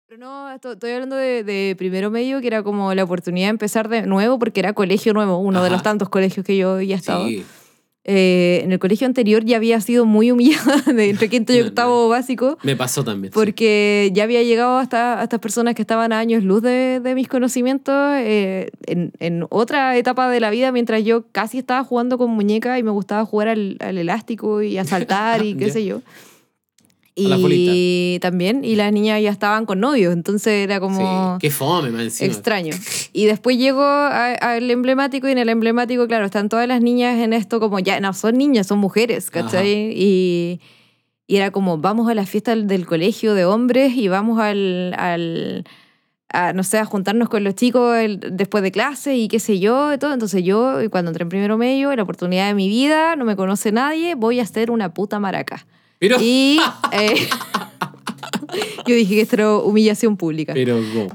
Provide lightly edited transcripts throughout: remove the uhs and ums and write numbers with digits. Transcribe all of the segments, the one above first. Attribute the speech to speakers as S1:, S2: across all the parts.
S1: Pero no, estoy hablando de primero medio, que era como la oportunidad de empezar de nuevo, porque era colegio nuevo, uno de los tantos colegios que yo había estado.
S2: Sí.
S1: En el colegio anterior ya había sido muy humillada entre quinto y octavo básico.
S2: Me pasó también.
S1: Porque ya había llegado hasta estas personas que estaban a años luz de mis conocimientos en otra etapa de la vida, mientras yo casi estaba jugando con muñecas y me gustaba jugar al elástico y a saltar y qué sé yo. Y también, y las niñas ya estaban con novios, entonces era como...
S2: Sí, qué fome, man, encima.
S1: Extraño. Y después llego al emblemático, y en el emblemático, claro, están todas las niñas en esto como, ya, no, son niñas, son mujeres, ¿cachai? Y era como, vamos a la fiesta del colegio de hombres y vamos no sé, a juntarnos con los chicos después de clase y qué sé yo, y todo. Entonces yo, cuando entré en primero medio, la oportunidad de mi vida, no me conoce nadie, voy a ser una puta maraca.
S2: Pero...
S1: Y yo dije que esto era humillación pública.
S2: Pero go.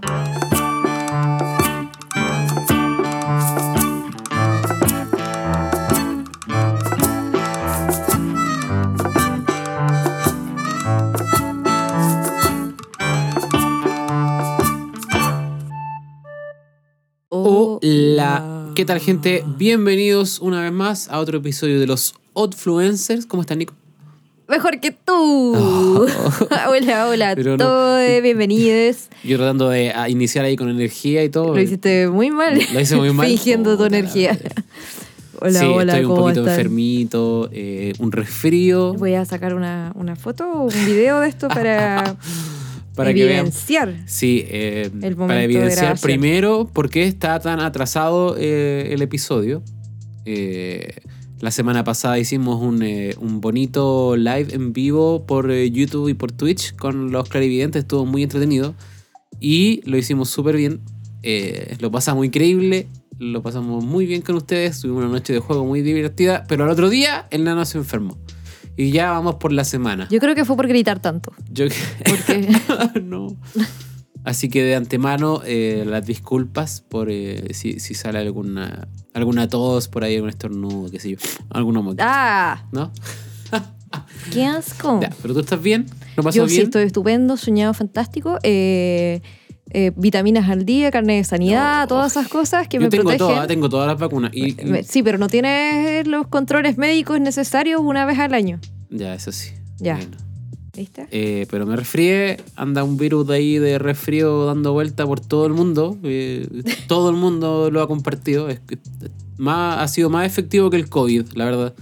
S2: Hola, ¿qué tal, gente? Bienvenidos una vez más a otro episodio de los Oddfluencers. ¿Cómo están, Nico?
S1: Mejor que tú. Hola, todos, bienvenidos.
S2: Yo tratando de iniciar ahí con energía y todo.
S1: Lo hiciste muy mal.
S2: Lo hice muy mal.
S1: Fingiendo tu energía. Hola,
S2: sí,
S1: hola,
S2: estoy un
S1: ¿cómo
S2: poquito
S1: están?
S2: Enfermito, un resfrío.
S1: Voy a sacar una foto o un video de esto para evidenciar.
S2: Que vean. Sí,
S1: el momento
S2: para evidenciar
S1: de
S2: primero por qué está tan atrasado el episodio. La semana pasada hicimos un bonito live en vivo por YouTube y por Twitch con los clarividentes. Estuvo muy entretenido y lo hicimos súper bien. Lo pasamos increíble, lo pasamos muy bien con ustedes. Tuvimos una noche de juego muy divertida, pero al otro día el nano se enfermó. Y ya vamos por la semana.
S1: Yo creo que fue por gritar tanto. ¿Por qué?
S2: No. Así que de antemano las disculpas por si sale alguna tos por ahí, algún estornudo, qué sé yo. Alguna moquita.
S1: ¡Ah!
S2: ¿No?
S1: ¡Qué asco!
S2: Ya, ¿pero tú estás bien? ¿Lo pasó
S1: Yo
S2: bien?
S1: sí estoy estupendo, soñado fantástico. Vitaminas al día, carnet de sanidad, todas esas cosas que me protegen.
S2: Tengo todas las vacunas.
S1: Sí, pero no tienes los controles médicos necesarios una vez al año.
S2: Ya, eso sí.
S1: Ya.
S2: Bueno.
S1: ¿Viste?
S2: Pero me resfrié, anda un virus de ahí de resfrío dando vuelta por todo el mundo. Todo el mundo lo ha compartido. Ha sido más efectivo que el COVID, la verdad.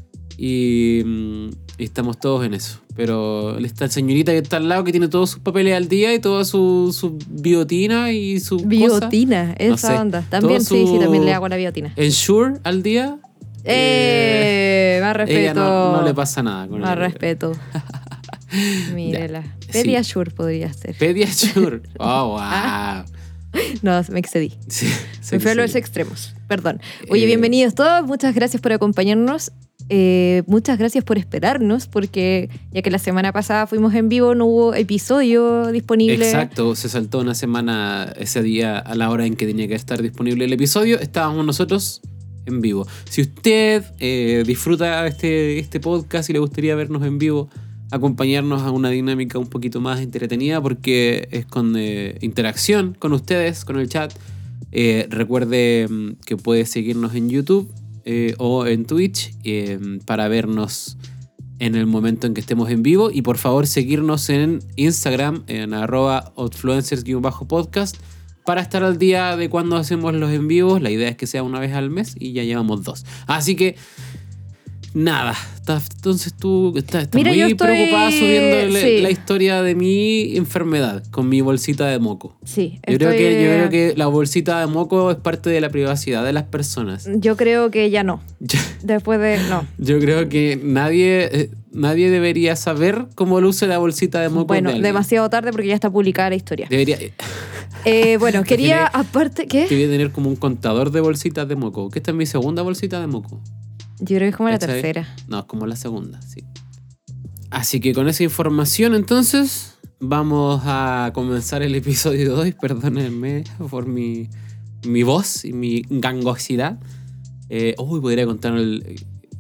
S2: Y estamos todos en eso. Pero esta señorita que está al lado, que tiene todos sus papeles al día y toda su biotina y su
S1: biotina,
S2: cosa,
S1: esa
S2: no sé,
S1: onda. También sí, también le hago la biotina.
S2: Ensure al día.
S1: Más respeto.
S2: Ella no le pasa nada con
S1: más respeto. Mírela. Pediasure sí. Podría ser.
S2: Pediasure. Oh, wow.
S1: No, me excedí.
S2: Sí,
S1: me fui a los extremos. Perdón. Oye, bienvenidos todos. Muchas gracias por acompañarnos. Muchas gracias por esperarnos, porque ya que la semana pasada fuimos en vivo, no hubo episodio disponible.
S2: Exacto, se saltó una semana ese día a la hora en que tenía que estar disponible el episodio. Estábamos nosotros en vivo. Si usted disfruta este podcast y le gustaría vernos en vivo, acompañarnos a una dinámica un poquito más entretenida, porque es con interacción con ustedes, con el chat. Recuerde que puede seguirnos en YouTube o en Twitch para vernos en el momento en que estemos en vivo, y por favor seguirnos en Instagram en @outfluencers_podcast para estar al día de cuando hacemos los en vivos. La idea es que sea una vez al mes y ya llevamos 2. Así que nada, entonces tú estás muy preocupada subiendo la historia de mi enfermedad con mi bolsita de moco.
S1: Sí,
S2: yo creo que la bolsita de moco es parte de la privacidad de las personas.
S1: Yo creo que ya no. Después de... No.
S2: Yo creo que nadie debería saber cómo luce la bolsita de moco.
S1: Bueno, demasiado tarde porque ya está publicada la historia.
S2: Debería...
S1: Bueno, quería, aparte... ¿Qué?
S2: Quería tener como un contador de bolsitas de moco. Que esta es mi segunda bolsita de moco.
S1: Yo creo que es como la tercera.
S2: No, es como la segunda, sí. Así que con esa información, entonces, vamos a comenzar el episodio de hoy. Perdónenme por mi voz y mi gangosidad. Podría contar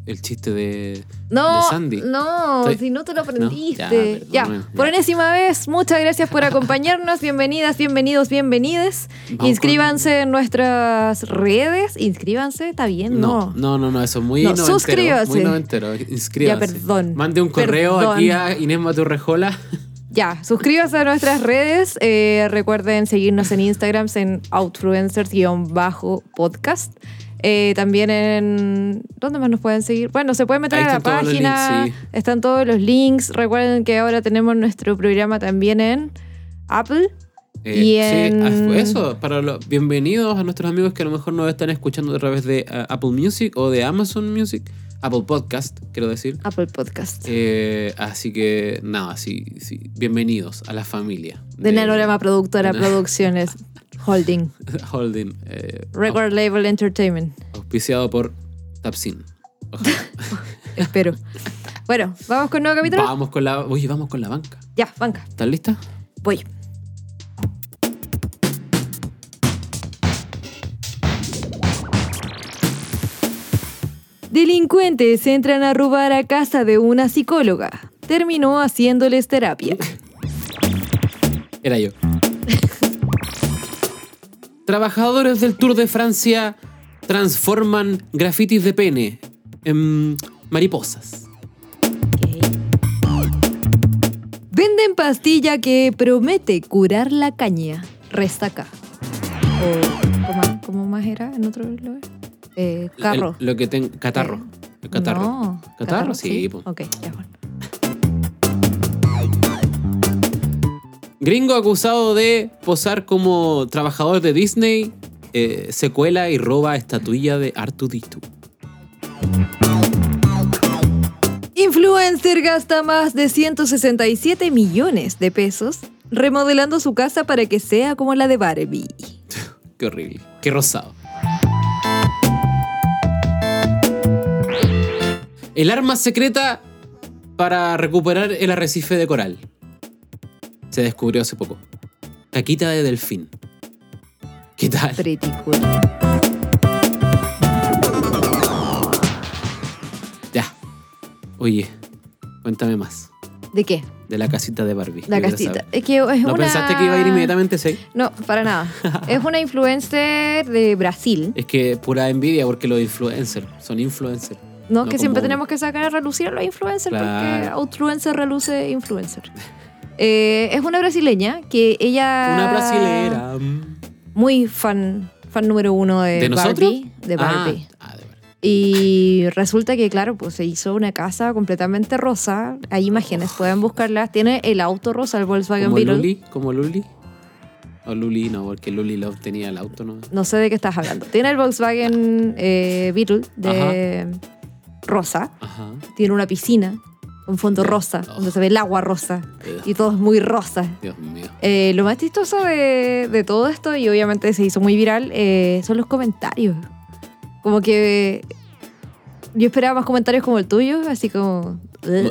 S2: el chiste de
S1: No,
S2: Sandy.
S1: no,
S2: Estoy-
S1: si no te lo aprendiste.
S2: Ya,
S1: Ya,
S2: perdóname,
S1: por
S2: ya.
S1: enésima vez, muchas gracias por acompañarnos. Bienvenidas, bienvenidos, bienvenides.
S2: Vamos
S1: Inscríbanse en nuestras redes. Inscríbanse, está bien,
S2: No, eso es muy
S1: No,
S2: noventero.
S1: suscríbase.
S2: Muy noventero. Inscríbanse.
S1: Ya, perdón.
S2: Mande un correo
S1: Perdón.
S2: aquí a Inés Maturrejola.
S1: Ya, suscríbanse a nuestras redes. Recuerden seguirnos en Instagram en outfluencers_podcast. También en... ¿Dónde más nos pueden seguir? Bueno, se pueden meter
S2: Ahí
S1: a la
S2: están todos los
S1: página.
S2: links, sí.
S1: Están todos los links. Recuerden que ahora tenemos nuestro programa también en Apple. Y en-
S2: Sí, eso, bienvenidos a nuestros amigos que a lo mejor nos están escuchando a través de Apple Music o de Amazon Music, Apple Podcast, quiero decir.
S1: Apple Podcast.
S2: Así que, nada, sí, bienvenidos a la familia.
S1: De Nanorama Productora
S2: de-
S1: Producciones Holding.
S2: Holding,
S1: Record Label Entertainment.
S2: auspiciado por Tapsin. Ojalá.
S1: Espero. Bueno, ¿vamos con nuevo capítulo?
S2: vamos con la banca.
S1: Ya, banca.
S2: ¿Estás lista?
S1: Voy. Delincuentes entran a robar a casa de una psicóloga. Terminó haciéndoles terapia.
S2: Era yo. Trabajadores del Tour de Francia transforman grafitis de pene en mariposas.
S1: Venden pastilla que promete curar la caña. Resaca. O, ¿cómo más era en otro lugar? Carro.
S2: Lo que catarro. El catarro.
S1: No.
S2: ¿Catarro? Sí, po.
S1: Ok, ya bueno.
S2: Gringo acusado de posar como trabajador de Disney se cuela y roba estatuilla de R2D2.
S1: Influencer gasta más de 167 millones de pesos remodelando su casa para que sea como la de Barbie.
S2: Qué horrible. Qué rosado. El arma secreta para recuperar el arrecife de coral. Se descubrió hace poco. Caquita de delfín. ¿Qué tal?
S1: Pretty cool.
S2: Ya. Oye, cuéntame más
S1: ¿De qué?
S2: de la casita de Barbie.
S1: La
S2: Yo quiero
S1: casita.
S2: saber.
S1: Es que es
S2: ¿No
S1: una...
S2: pensaste que iba a ir inmediatamente sí?
S1: No, para nada. Es una influencer de Brasil.
S2: Es que pura envidia porque los influencers son influencers.
S1: No, que siempre
S2: como
S1: tenemos que sacar a relucir a los influencers porque
S2: Claro.
S1: outfluencer reluce influencer. Es una brasileña que ella...
S2: una brasilera.
S1: Muy fan número uno de,
S2: ¿De nosotros?
S1: Barbie. De Barbie.
S2: De Barbie.
S1: Y resulta que, claro, pues se hizo una casa completamente rosa. Hay imágenes, pueden buscarlas. Tiene el auto rosa, el Volkswagen
S2: ¿Como
S1: Beetle.
S2: Luli? ¿Como Luli? O Luli no, porque Luli Love tenía el auto, ¿no?
S1: No sé de qué estás hablando. Tiene el Volkswagen Beetle de rosa.
S2: Ajá.
S1: Tiene una piscina con fondo rosa, donde se ve el agua rosa. Y todo es muy rosa.
S2: Dios mío.
S1: Lo más chistoso de todo esto, y obviamente se hizo muy viral, son los comentarios. Como que yo esperaba más comentarios como el tuyo, así como...
S2: ¿No?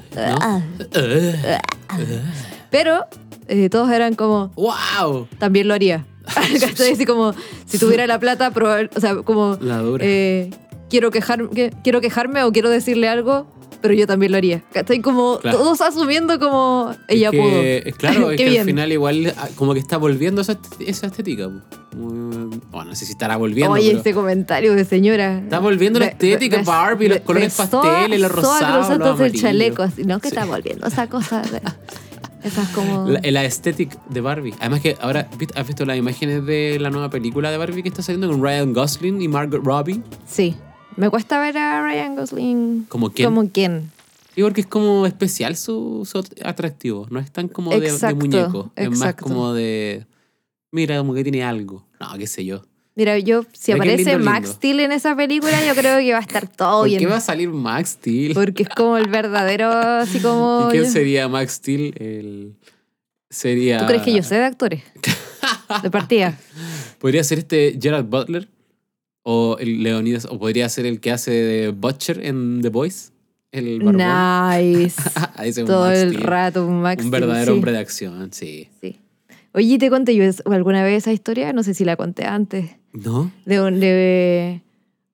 S1: Pero todos eran como,
S2: ¡Wow!
S1: también lo haría. ¿Cachai? Así como, si tuviera la plata, o sea, como,
S2: La dura.
S1: quiero quejarme o quiero decirle algo, pero yo también lo haría. ¿Cachai? Como
S2: Claro.
S1: todos asumiendo como ella
S2: Es que,
S1: pudo.
S2: Claro, es
S1: Qué
S2: que
S1: bien.
S2: al final igual como que está volviendo esa estética. Bueno, no sé si estará volviendo,
S1: Oye,
S2: pero
S1: este comentario de señora.
S2: está volviendo la estética Barbie, los colores pasteles, los rosados, los
S1: el
S2: amarillos.
S1: chaleco, así, ¿no? Que
S2: Sí.
S1: está volviendo esa cosa. Esas como...
S2: La estética de Barbie. Además que ahora, ¿has visto las imágenes de la nueva película de Barbie que está saliendo con Ryan Gosling y Margot Robbie?
S1: Sí. Me cuesta ver a Ryan Gosling.
S2: ¿Como quién?
S1: Como quién.
S2: Y porque es como especial su atractivo. No es tan como de
S1: Exacto,
S2: muñeco. Es más
S1: exacto.
S2: como de... Mira, como que tiene algo. No, qué sé yo.
S1: Mira, yo, si
S2: Mira qué
S1: aparece
S2: lindo,
S1: Max
S2: lindo.
S1: Steel en esa película, yo creo que va a estar todo
S2: ¿Por
S1: bien.
S2: qué va a salir Max Steel?
S1: Porque es como el verdadero, así como...
S2: ¿Y quién sería Max Steel? Sería...
S1: ¿Tú crees que yo sé de actores? De partida.
S2: ¿Podría ser Gerard Butler? ¿O el Leonidas? ¿O podría ser el que hace de Butcher en The Boys? El barbón.
S1: Nice.
S2: Ese es
S1: Todo
S2: Max
S1: el
S2: Steel.
S1: rato un Max
S2: Un
S1: Steel,
S2: verdadero
S1: sí.
S2: hombre de acción, sí.
S1: Sí. Oye, ¿te conté yo alguna vez esa historia? No sé si la conté antes.
S2: ¿No?
S1: De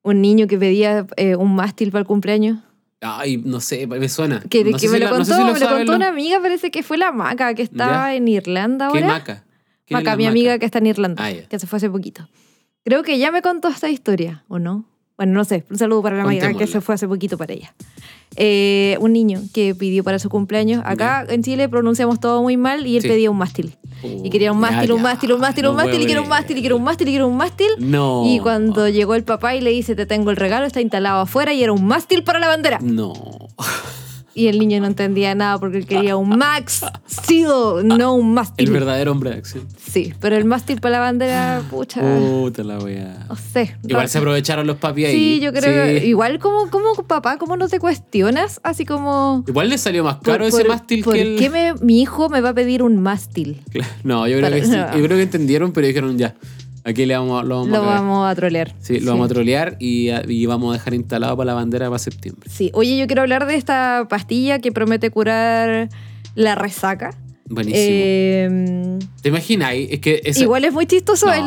S1: Un niño que pedía un mástil para el cumpleaños.
S2: Ay, no sé, me suena.
S1: Que
S2: no sé
S1: me
S2: si
S1: lo
S2: la-
S1: contó,
S2: no sé si lo
S1: me lo
S2: saben
S1: contó
S2: los-
S1: una amiga, parece que fue la Maca, que estaba
S2: Ya.
S1: en Irlanda
S2: ¿Qué
S1: ahora.
S2: Maca? ¿Quién es
S1: Maca,
S2: la
S1: mi
S2: Maca?
S1: amiga que está en Irlanda,
S2: Ah, ya.
S1: que se fue hace poquito. Creo que ya me contó esta historia, ¿o no? Bueno, no sé. Un saludo para la amiga que
S2: Contémosla.
S1: se fue hace poquito para ella. Un niño que pidió para su cumpleaños. Acá en Chile pronunciamos todo muy mal y él
S2: Sí.
S1: pedía un mástil. Y quería un
S2: Ya,
S1: mástil,
S2: ya.
S1: un mástil, un mástil,
S2: No
S1: un mástil, y
S2: puedo
S1: quiero un mástil, y
S2: creer.
S1: quiero un mástil, y quiero un mástil.
S2: No.
S1: Y cuando llegó el papá y le dice, te tengo el regalo, está instalado afuera y era un mástil para la bandera.
S2: No.
S1: Y el niño no entendía nada porque él quería un Max Steel, no un mástil.
S2: El verdadero hombre de acción.
S1: Sí, pero el mástil para la bandera, pucha,
S2: Puta la wea.
S1: no sé.
S2: Igual se aprovecharon los papi ahí.
S1: Sí, yo creo que
S2: Sí.
S1: igual como papá, ¿cómo no te cuestionas? Así como...
S2: Igual le salió más caro ese mástil
S1: ¿por
S2: que el.
S1: qué mi hijo me va a pedir un mástil?
S2: Claro. No, yo creo que sí. Yo creo que entendieron, pero dijeron ya. Aquí lo vamos
S1: Lo
S2: a cagar.
S1: vamos a trolear.
S2: Sí, lo vamos a trolear y vamos a dejar instalado para la bandera para septiembre.
S1: Sí, oye, yo quiero hablar de esta pastilla que promete curar la resaca.
S2: Buenísimo. ¿Te imaginas? Es que
S1: Igual es muy chistoso
S2: No.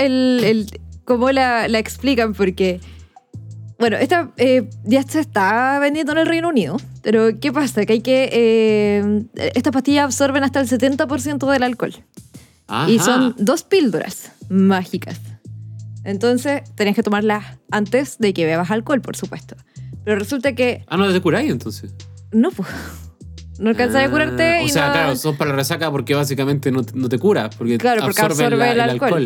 S1: cómo la explican, porque, bueno, esta ya se está vendiendo en el Reino Unido, pero ¿qué pasa? Que estas pastillas absorben hasta el 70% del alcohol. Y son 2 píldoras mágicas. Entonces, tenés que tomarlas antes de que bebas alcohol, por supuesto. Pero resulta que
S2: no te curáis entonces.
S1: no, pues, no alcanzas a curarte.
S2: O
S1: y
S2: sea,
S1: no-
S2: claro, son para la resaca porque básicamente no te cura. Porque,
S1: Claro, porque absorbe el alcohol.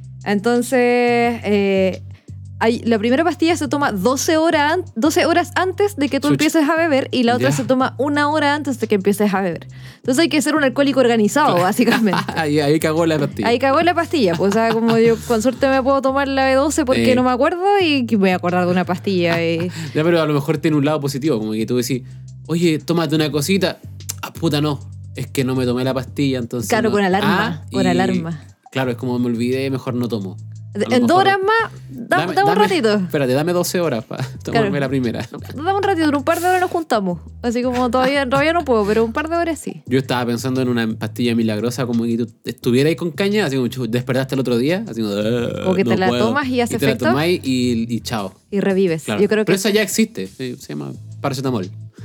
S1: Entonces, la primera pastilla se toma 12 horas antes de que tú
S2: Chucha.
S1: empieces a beber y la otra
S2: Ya.
S1: se toma 1 hora antes de que empieces a beber. Entonces hay que ser un alcohólico organizado, básicamente.
S2: ahí cagó la pastilla.
S1: Ahí cagó la pastilla. Pues, o sea, como yo con suerte me puedo tomar la B12 porque no me acuerdo y que me voy a acordar de una pastilla.
S2: Ya, pero a lo mejor tiene un lado positivo, como que tú decís, oye, tómate una cosita. Ah, puta, no. Es que no me tomé la pastilla, entonces.
S1: Claro,
S2: no.
S1: con alarma. Con alarma.
S2: Claro, es como me olvidé, mejor no tomo. A lo
S1: En 2
S2: mejor-
S1: horas más, dame un ratito.
S2: Espérate, dame 12 horas para tomarme
S1: Claro.
S2: la primera.
S1: Dame un ratito, en un par de horas nos juntamos. Así como todavía no puedo, pero un par de horas sí.
S2: Yo estaba pensando en una pastilla milagrosa, como que tú estuvieras ahí con caña, así como despertaste el otro día, así como.
S1: O que
S2: no
S1: te la
S2: puedo".
S1: tomas y hace
S2: te
S1: efecto.
S2: la tomáis y chao.
S1: Y revives.
S2: Claro.
S1: Yo creo que
S2: Pero esa ya existe, se llama paracetamol.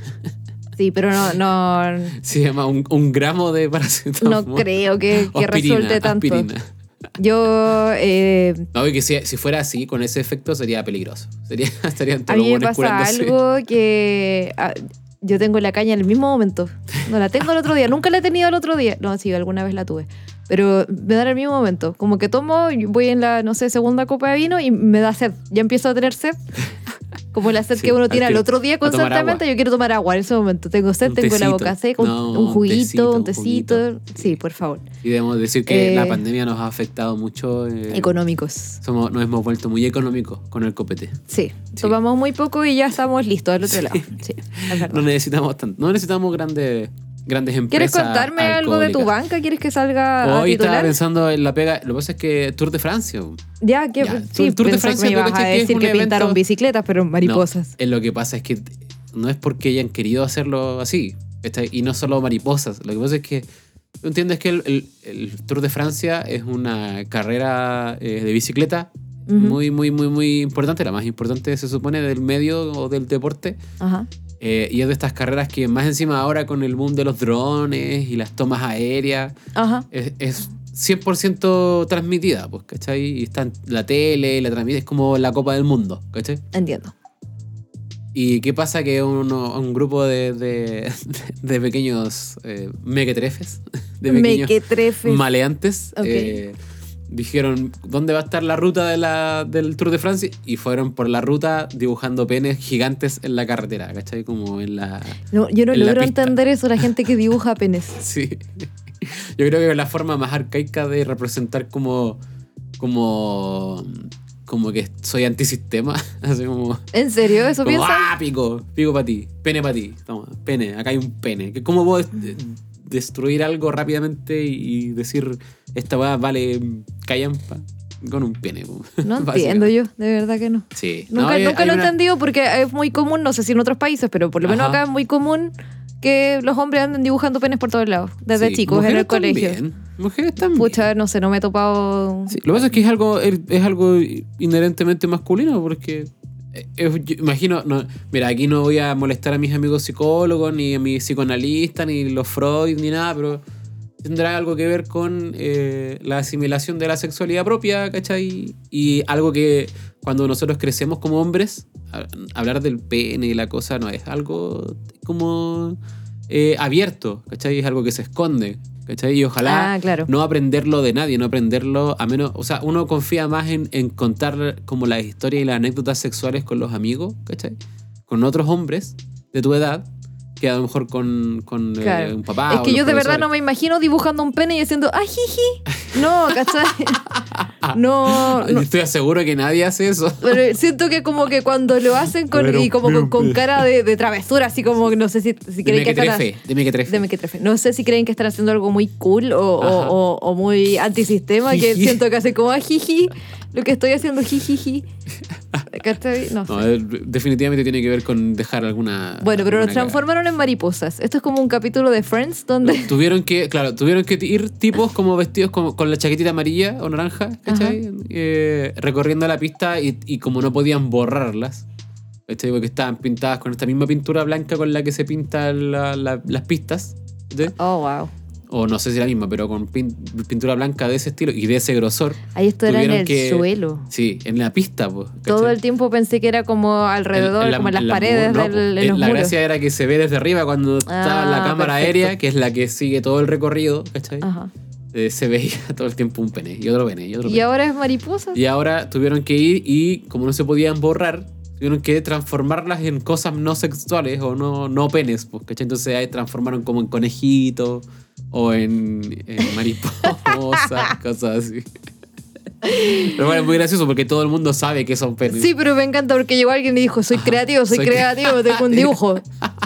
S1: sí, pero no
S2: Se llama un gramo de paracetamol.
S1: no creo que
S2: Aspirina,
S1: resulte tanto.
S2: aspirina.
S1: Yo,
S2: No, y que si fuera así, con ese efecto, sería peligroso. Estarían
S1: a
S2: todos
S1: mí me
S2: los buenos
S1: pasa
S2: curándose.
S1: algo que yo tengo la caña en el mismo momento. No la tengo el otro día, nunca la he tenido el otro día. No, sí, alguna vez la tuve. Pero me da en el mismo momento. Como que tomo, voy en la, no sé, segunda copa de vino y me da sed. Ya empiezo a tener sed. Como la sed
S2: Sí,
S1: que uno
S2: al
S1: tiene al
S2: tiro.
S1: otro día
S2: A tomar
S1: constantemente,
S2: agua.
S1: yo quiero tomar agua en ese momento. Tengo sed,
S2: Un
S1: tengo la
S2: tecito.
S1: boca seca,
S2: No,
S1: un juguito,
S2: tecito,
S1: un
S2: un
S1: tecito.
S2: juguito.
S1: Sí, por favor.
S2: Y debemos decir que
S1: Eh,
S2: la pandemia nos ha afectado mucho.
S1: Económicos.
S2: Nos hemos vuelto muy económicos con el copete.
S1: Sí,
S2: Sí.
S1: tomamos muy poco y ya estamos listos al otro lado. Sí, es verdad.
S2: No necesitamos tanto. No necesitamos grandes empresas.
S1: ¿Quieres contarme algo de tu
S2: alcohólicas.
S1: banca? ¿Quieres que salga a
S2: Hoy estaba
S1: titular?
S2: pensando en la pega. Lo que pasa es que Tour de Francia.
S1: Ya, que
S2: Ya,
S1: sí,
S2: Tour de
S1: pensé
S2: Francia,
S1: que me
S2: tú
S1: ibas a
S2: cachai que es
S1: decir
S2: un
S1: que pintaron
S2: evento-
S1: bicicletas, pero mariposas.
S2: No, lo que pasa es que no es porque hayan querido hacerlo así. Y no solo mariposas. Lo que pasa es que tú entiendes que el Tour de Francia es una carrera de bicicleta
S1: Ujú.
S2: muy, muy, muy, muy importante. La más importante, se supone, del medio o del deporte.
S1: Ajá.
S2: Y es de estas carreras que más encima ahora con el boom de los drones y las tomas aéreas
S1: Ajá.
S2: es 100% transmitida, pues, ¿cachai? Y está en la tele, la transmite, es como la Copa del Mundo, ¿cachai?
S1: Entiendo.
S2: ¿Y qué pasa? Que un grupo de pequeños mequetrefes, de pequeños
S1: Mequetrefes.
S2: maleantes,
S1: Ok.
S2: dijeron, ¿dónde va a estar la ruta del Tour de Francia? Y fueron por la ruta dibujando penes gigantes en la carretera, ¿cachai? Como en la...
S1: No, yo no
S2: en la
S1: logro
S2: pista.
S1: entender eso, la gente que dibuja penes.
S2: Sí. Yo creo que es la forma más arcaica de representar como que soy antisistema. Así como...
S1: ¿En serio? ¿Eso
S2: Como,
S1: piensan?
S2: pico para ti, pene para ti. Toma, pene, acá hay un pene. ¿Cómo puedo destruir algo rápidamente y decir esta weá vale callampa con un pene?
S1: No entiendo yo, de verdad que no.
S2: Sí.
S1: Nunca,
S2: hay
S1: nunca lo he
S2: una-
S1: entendido porque es muy común, no sé si en otros países, pero por lo menos
S2: Ajá.
S1: acá es muy común que los hombres anden dibujando penes por todos lados, desde
S2: Sí,
S1: chicos en el
S2: mujeres
S1: colegio.
S2: también, mujeres también.
S1: Pucha, no sé, no me he topado.
S2: Sí, lo que pasa es que es algo inherentemente masculino porque Yo imagino, no, mira, aquí no voy a molestar a mis amigos psicólogos, ni a mis psicoanalistas, ni los Freud, ni nada, pero tendrá algo que ver con la asimilación de la sexualidad propia, ¿cachai? Y algo que cuando nosotros crecemos como hombres, hablar del pene y la cosa no es algo como abierto, ¿cachai? Es algo que se esconde, ¿cachai? Y ojalá
S1: claro.
S2: no aprenderlo de nadie, no aprenderlo a menos... O sea, uno confía más en contar como las historias y las anécdotas sexuales con los amigos, ¿cachai? Con otros hombres de tu edad, que a lo mejor con
S1: Claro.
S2: un papá.
S1: Es que
S2: o
S1: yo
S2: los
S1: de verdad
S2: profesores.
S1: no me imagino dibujando un pene y haciendo ajiji. No, ¿cachai? No.
S2: Yo estoy seguro que nadie hace eso.
S1: Pero siento que como que cuando lo hacen y como con cara de travesura, así como que no sé si creen que están...
S2: Dime que trefe.
S1: No sé si creen que están haciendo algo muy cool o muy antisistema, que siento que hace como ajiji, lo que estoy haciendo jijiji. ¿Cachai? No sé.
S2: No, definitivamente tiene que ver con dejar alguna...
S1: Bueno, pero nos
S2: alguna
S1: transformaron en mariposas. Esto es como un capítulo de Friends donde...
S2: cagada. Tuvieron que ir tipos como vestidos con la chaquetita amarilla o naranja, ¿cachai? Recorriendo la pista y como no podían borrarlas, ¿cachai? Porque estaban pintadas con esta misma pintura blanca con la que se pintan las pistas, ¿cachai?
S1: Oh, wow.
S2: O no sé si la misma, pero con pintura blanca de ese estilo y de ese grosor.
S1: Ahí esto era en
S2: Tuvieron
S1: el suelo.
S2: Sí, en la pista, pues.
S1: Todo el tiempo pensé que era como alrededor, como en las paredes
S2: no,
S1: en los
S2: la
S1: muros.
S2: gracia era que se ve desde arriba cuando está la cámara
S1: perfecto.
S2: aérea, que es la que sigue todo el recorrido, ¿cachai?
S1: Ajá.
S2: Se veía todo el tiempo un pene y otro pene y otro
S1: Y
S2: pene.
S1: ahora es mariposas.
S2: Y ahora tuvieron que ir y, como no se podían borrar, tuvieron que transformarlas en cosas no sexuales o no penes, pues, ¿cachai? Entonces ahí transformaron como en conejitos o en mariposas, cosas así. Pero bueno, es muy gracioso porque todo el mundo sabe que son penes.
S1: Sí, pero me encanta porque llegó alguien y dijo, soy creativo, tengo un dibujo.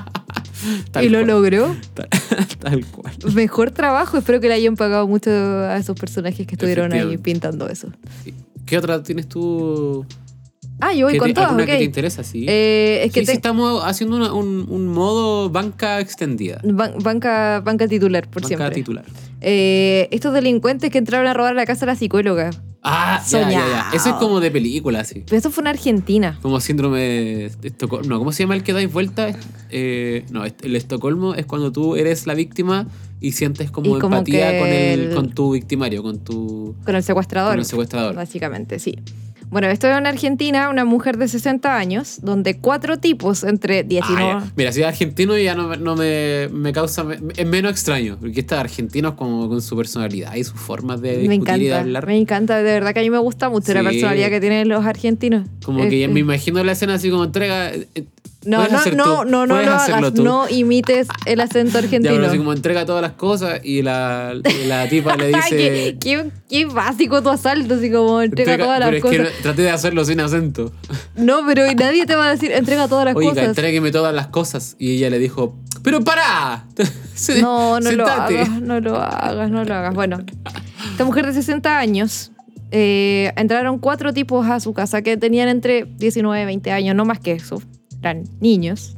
S2: Tal
S1: Y lo
S2: cual.
S1: logró.
S2: Tal cual.
S1: Mejor trabajo. Espero que le hayan pagado mucho a esos personajes que estuvieron ahí
S2: Efectivamente.
S1: pintando eso.
S2: ¿Qué otra tienes tú?
S1: Yo voy con todas,
S2: ¿Alguna
S1: ok.
S2: que te interesa? Sí.
S1: Es que
S2: Sí, estamos haciendo un modo banca extendida.
S1: banca titular, por
S2: Banca
S1: siempre.
S2: titular.
S1: Estos delincuentes que entraron a robar la casa de la psicóloga.
S2: Ya.
S1: Soñado.
S2: Eso es como de película, sí.
S1: Pero eso fue en Argentina.
S2: Como síndrome de Estocolmo. No, ¿cómo se llama el que dais vuelta? No, el Estocolmo es cuando tú eres la víctima y sientes como
S1: Y como
S2: empatía
S1: que
S2: con tu victimario, con
S1: el secuestrador.
S2: Con el secuestrador.
S1: Básicamente, sí. Bueno, esto es en Argentina, una mujer de 60 años, donde 4 tipos entre 19...
S2: Ya. Mira, si es argentino ya no me causa... Es menos extraño, porque está argentinos como con su personalidad y sus formas de discutir y de hablar.
S1: Me encanta, de verdad que a mí me gusta mucho la
S2: Sí.
S1: personalidad que tienen los argentinos.
S2: Como que ya me imagino la escena así como entrega...
S1: No
S2: puedes hacer tú,
S1: lo
S2: puedes hacerlo
S1: hagas,
S2: tú.
S1: no imites el acento
S2: Ya,
S1: argentino.
S2: pero así como entrega todas las cosas y la tipa le dice...
S1: qué básico tu asalto, así como entrega todas las
S2: pero
S1: cosas.
S2: es que traté de hacerlo sin acento.
S1: No, pero nadie te va a decir entrega todas las
S2: Oiga,
S1: cosas.
S2: entrégueme todas las cosas. Y ella le dijo, ¡pero pará!
S1: No lo
S2: Sentate.
S1: hagas, no lo hagas. Bueno, esta mujer de 60 años, entraron 4 tipos a su casa que tenían entre 19 y 20 años, no más que eso. Eran niños.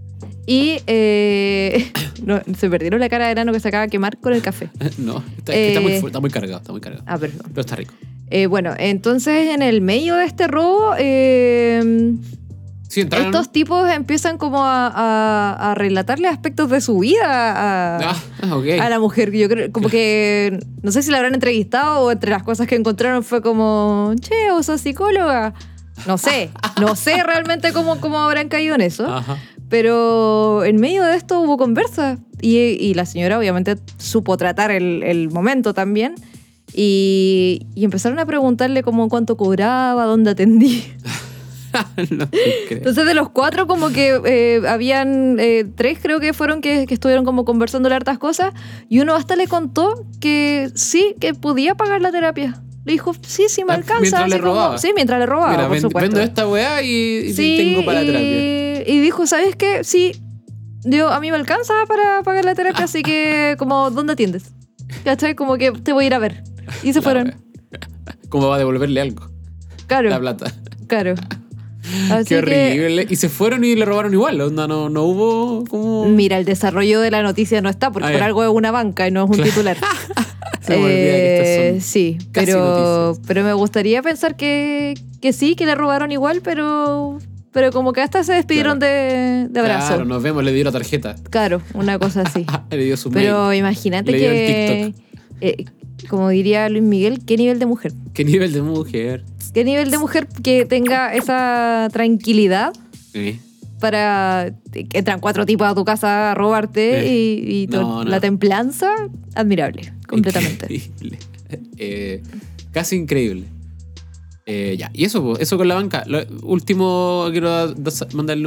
S1: Y se perdieron la cara de grano que se acaba de quemar con el café.
S2: No, está muy cargado, perdón.
S1: Perdón.
S2: Pero está rico.
S1: Bueno, entonces en el medio de este robo,
S2: Sí, entraron.
S1: estos tipos empiezan como a relatarle aspectos de su vida
S2: Ok.
S1: a la mujer. Yo creo, como que, no sé si la habrán entrevistado o entre las cosas que encontraron fue como, che, ¿vos sos psicóloga? No sé realmente cómo habrán caído en eso.
S2: Ajá.
S1: Pero en medio de esto hubo conversa y la señora obviamente supo tratar el momento también y empezaron a preguntarle como cuánto cobraba, dónde atendía.
S2: No te creo.
S1: Entonces de los 4 como que habían 3 creo que fueron que estuvieron como conversando hartas cosas y uno hasta le contó que sí, que podía pagar la terapia. Le dijo, sí, me alcanza.
S2: Mientras le robaba.
S1: Sí, mientras le robaba,
S2: Mira,
S1: por supuesto.
S2: vendo esta weá y
S1: Sí,
S2: tengo para la terapia.
S1: y dijo, ¿sabes qué? Sí, a mí me alcanza para pagar la terapia, así que como, ¿dónde atiendes? ¿Cachai? Como que te voy a ir a ver. Y se
S2: La
S1: fueron.
S2: weá. ¿Cómo va a devolverle algo?
S1: Claro,
S2: La plata.
S1: claro. Así
S2: Qué
S1: que,
S2: horrible. Y se fueron y le robaron igual. Onda, no hubo como...
S1: mira, el desarrollo de la noticia no está, porque
S2: Ah,
S1: por
S2: ya.
S1: algo es una banca y no es un titular.
S2: Se me olvida que estas son
S1: Sí,
S2: casi noticias.
S1: pero me gustaría pensar que sí, que le robaron igual, pero pero como que hasta se despidieron de abrazo.
S2: Claro, nos vemos, le dio la tarjeta.
S1: Claro, una cosa así.
S2: Le dio su
S1: Pero
S2: mail.
S1: imagínate
S2: Le dio
S1: que, como diría Luis Miguel, ¿qué nivel de mujer?
S2: ¿Qué nivel de mujer?
S1: ¿Qué nivel de mujer que tenga esa tranquilidad para que entran 4 tipos a tu casa a robarte y
S2: No.
S1: la templanza? Admirable, completamente.
S2: Increíble. Casi increíble. Ya, y eso con la banca. Lo último, quiero mandarle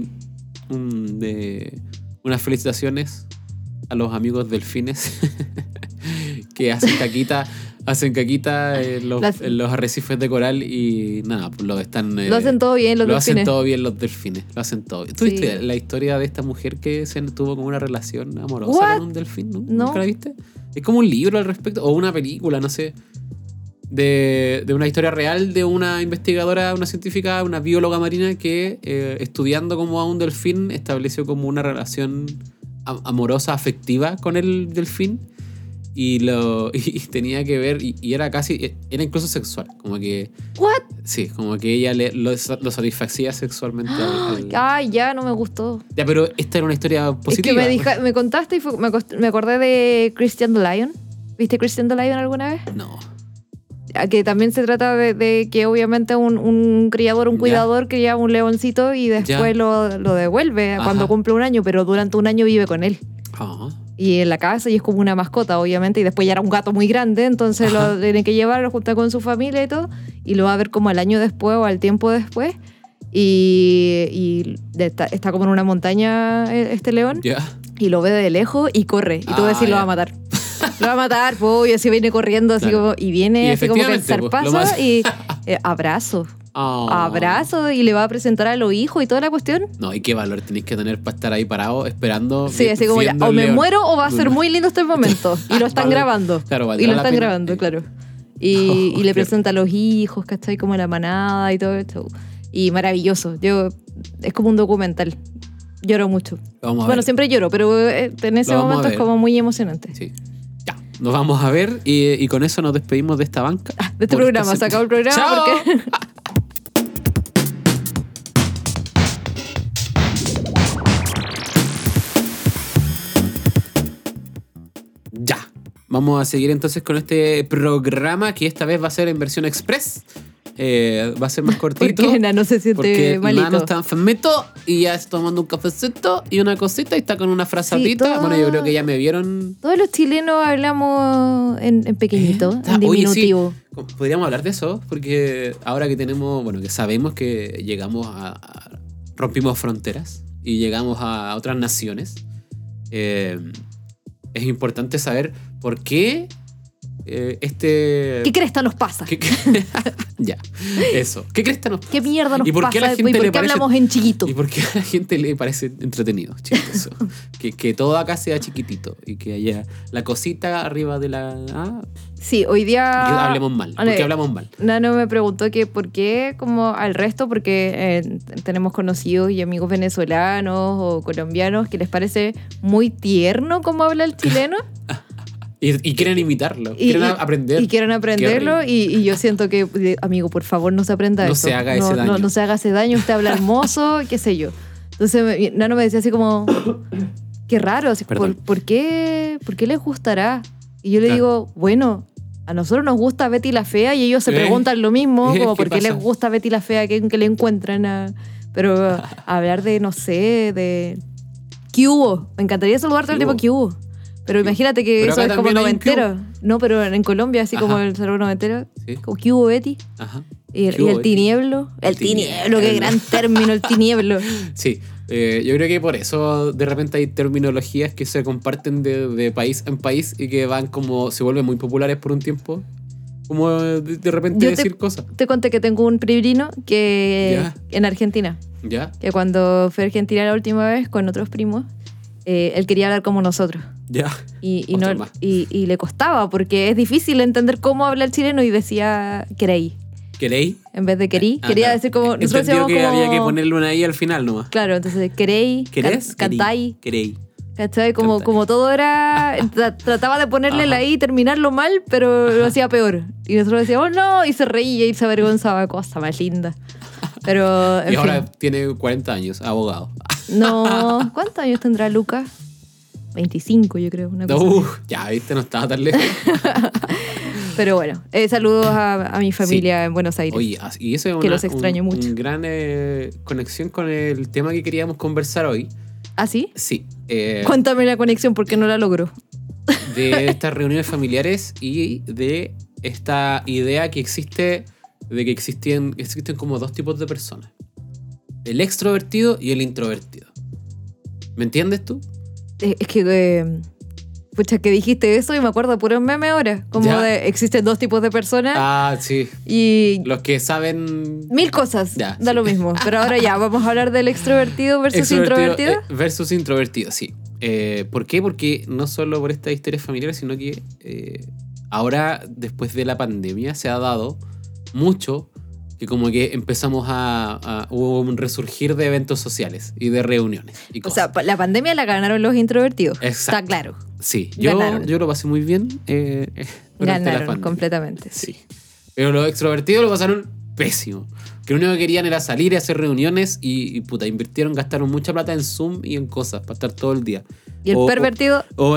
S2: unas felicitaciones a los amigos delfines que hacen caquita en los arrecifes de coral y nada, pues lo
S1: hacen todo bien los
S2: lo
S1: delfines.
S2: hacen todo bien los delfines. Lo hacen todo bien. ¿Tú
S1: Sí.
S2: viste la historia de esta mujer que se tuvo como una relación amorosa
S1: What?
S2: con un delfín? ¿No?
S1: No.
S2: ¿Nunca la viste? Es como un libro al respecto, o una película, no sé. De una historia real de una investigadora, una científica, una bióloga marina que estudiando como a un delfín estableció como una relación amorosa, afectiva con el delfín y tenía que ver y era incluso sexual, como que
S1: ¿What?
S2: sí, como que ella lo satisfacía sexualmente
S1: Ay, ya no me gustó.
S2: Ya, pero esta era una historia positiva.
S1: Es que me contaste y me acordé de Christian the Lion. ¿Viste Christian the Lion alguna vez?
S2: No.
S1: Que también se trata de que obviamente un criador, un cuidador cría un leoncito y después lo devuelve cuando cumple 1 año, pero durante 1 año vive con él.
S2: Ajá.
S1: Y en la casa y es como una mascota, obviamente, y después ya era un gato muy grande, entonces lo tienen que llevar, junto con su familia y todo, y lo va a ver como al año después o al tiempo después, y está como en una montaña este león, y lo ve de lejos y corre, y tú decís, lo va a matar. Lo va a matar, y así viene corriendo, así como, y viene así como que el zarpazo, y abrazo. Abrazo, y le va a presentar a los hijos y toda la cuestión.
S2: No, y qué valor tenéis que tener para estar ahí parado esperando.
S1: Sí, así como ya, o me muero o va a ser muy lindo este momento. Y lo están grabando.
S2: Claro,
S1: y lo están grabando, claro. Y le presenta a los hijos, ¿cachai? Como la manada y todo esto. Y maravilloso. Es como un documental. Lloro mucho. Bueno, siempre lloro, pero en ese momento es como muy emocionante.
S2: Sí. Ya, nos vamos a ver y con eso nos despedimos de esta banca.
S1: De este programa, se acabó el programa.
S2: ¡Chao!
S1: Porque...
S2: Ya, vamos a seguir entonces con este programa que esta vez va a ser en versión express. Va a ser más cortito.
S1: Porque Nano se siente
S2: porque
S1: malito.
S2: Nano está enfermito y ya está tomando un cafecito y una cosita y está con una frazadita.
S1: Sí,
S2: bueno, yo creo que ya me vieron.
S1: Todos los chilenos hablamos en pequeñito, en diminutivo.
S2: Oye, sí. Podríamos hablar de eso, porque ahora que tenemos, bueno, que sabemos que llegamos rompimos fronteras y llegamos a otras naciones, es importante saber por qué
S1: ¿Qué cresta nos pasa?
S2: Ya, eso. ¿Qué cresta nos pasa?
S1: ¿Qué mierda nos
S2: ¿Y por
S1: pasa?
S2: qué a la gente
S1: ¿Y por
S2: le
S1: qué
S2: parece,
S1: hablamos en chiquito?
S2: ¿Y por qué a la gente le parece entretenido, chistoso? que todo acá sea chiquitito y que haya la cosita arriba de la...
S1: Sí, hoy día...
S2: Que hablemos mal. ¿Por qué hablamos mal?
S1: Nano me preguntó que por qué, como al resto, porque tenemos conocidos y amigos venezolanos o colombianos que les parece muy tierno cómo habla el chileno.
S2: Y quieren imitarlo, quieren aprender.
S1: Y quieren aprenderlo y yo siento que, amigo, por favor, no se aprenda eso.
S2: No se haga ese daño.
S1: No se haga ese daño, usted habla hermoso, qué sé yo. Entonces Nano me decía así como, qué raro, así, ¿por qué les gustará? Y yo le digo, bueno, a nosotros nos gusta Betty la Fea y ellos se preguntan lo mismo, como ¿por qué les gusta Betty la Fea? ¿Qué le encuentran? Pero hablar de, no sé, de... ¿Qué hubo? Me encantaría saludarte al tipo ¿qué hubo? Pero imagínate que eso es como noventero. No, pero en Colombia, así como el saludo noventero. ¿Sí? Como ¿qué hubo, Betty? Ajá. Y el tinieblo. El tinieblo, qué gran término, el tinieblo.
S2: Sí, yo creo que por eso de repente hay terminologías que se comparten de país en país y que van como, se vuelven muy populares por un tiempo. Como de repente decir cosas.
S1: Te conté que tengo un primo que en Argentina.
S2: ¿Ya?
S1: Que cuando fui a Argentina la última vez con otros primos, él quería hablar como nosotros.
S2: Ya.
S1: Y le costaba porque es difícil entender cómo habla el chileno y decía queréis.
S2: ¿Queréis?
S1: En vez de querí, quería decir como...
S2: Nosotros decíamos que había que ponerle una I al final nomás.
S1: Claro, entonces queréis, cantáis.
S2: Queréis.
S1: ¿Cachai? Como todo era... Trataba de ponerle la I y terminarlo mal, pero lo hacía peor. Y nosotros decíamos, no, y se reía y se avergonzaba. Cosa más linda. Pero, en
S2: Y ahora
S1: fin.
S2: tiene 40 años, abogado.
S1: No, ¿cuántos años tendrá Lucas? 25, yo creo. Una cosa así.
S2: Ya, viste, no estaba tan lejos.
S1: Pero bueno, saludos a mi familia en Buenos Aires.
S2: Oye, y eso es
S1: que los extraño mucho.
S2: una gran conexión con el tema que queríamos conversar hoy.
S1: ¿Ah, sí?
S2: Sí.
S1: Cuéntame la conexión porque no la logro.
S2: De estas reuniones familiares y de esta idea que existe de que existen como dos tipos de personas. El extrovertido y el introvertido. ¿Me entiendes tú?
S1: Es que, pucha, que dijiste eso y me acuerdo de puro meme ahora. Como
S2: Ya.
S1: de, existen dos tipos de personas
S2: Ah, sí.
S1: y
S2: Los que saben...
S1: mil cosas.
S2: Ya,
S1: Da
S2: sí.
S1: lo mismo. Pero ahora ya, vamos a hablar del extrovertido versus introvertido.
S2: Versus introvertido, sí. ¿Por qué? Porque no solo por estas historias familiares, sino que ahora, después de la pandemia, se ha dado mucho que como que empezamos hubo un resurgir de eventos sociales y de reuniones y
S1: O
S2: cosas.
S1: sea, la pandemia la ganaron los introvertidos.
S2: Exacto.
S1: Está claro.
S2: Sí,
S1: ganaron.
S2: yo lo pasé muy bien durante la
S1: Ganaron
S2: pandemia.
S1: completamente.
S2: Sí. Pero los extrovertidos lo pasaron pésimo. Que lo único que querían era salir y hacer reuniones y puta, gastaron mucha plata en Zoom y en cosas para estar todo el día.
S1: Y el pervertido.
S2: O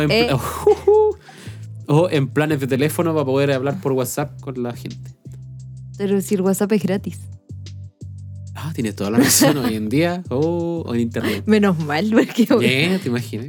S2: en planes de teléfono para poder hablar por WhatsApp con la gente.
S1: Pero si el WhatsApp es gratis.
S2: Ah, tienes toda la razón hoy en día. O en internet.
S1: Menos mal, porque.
S2: ¿Te imaginas?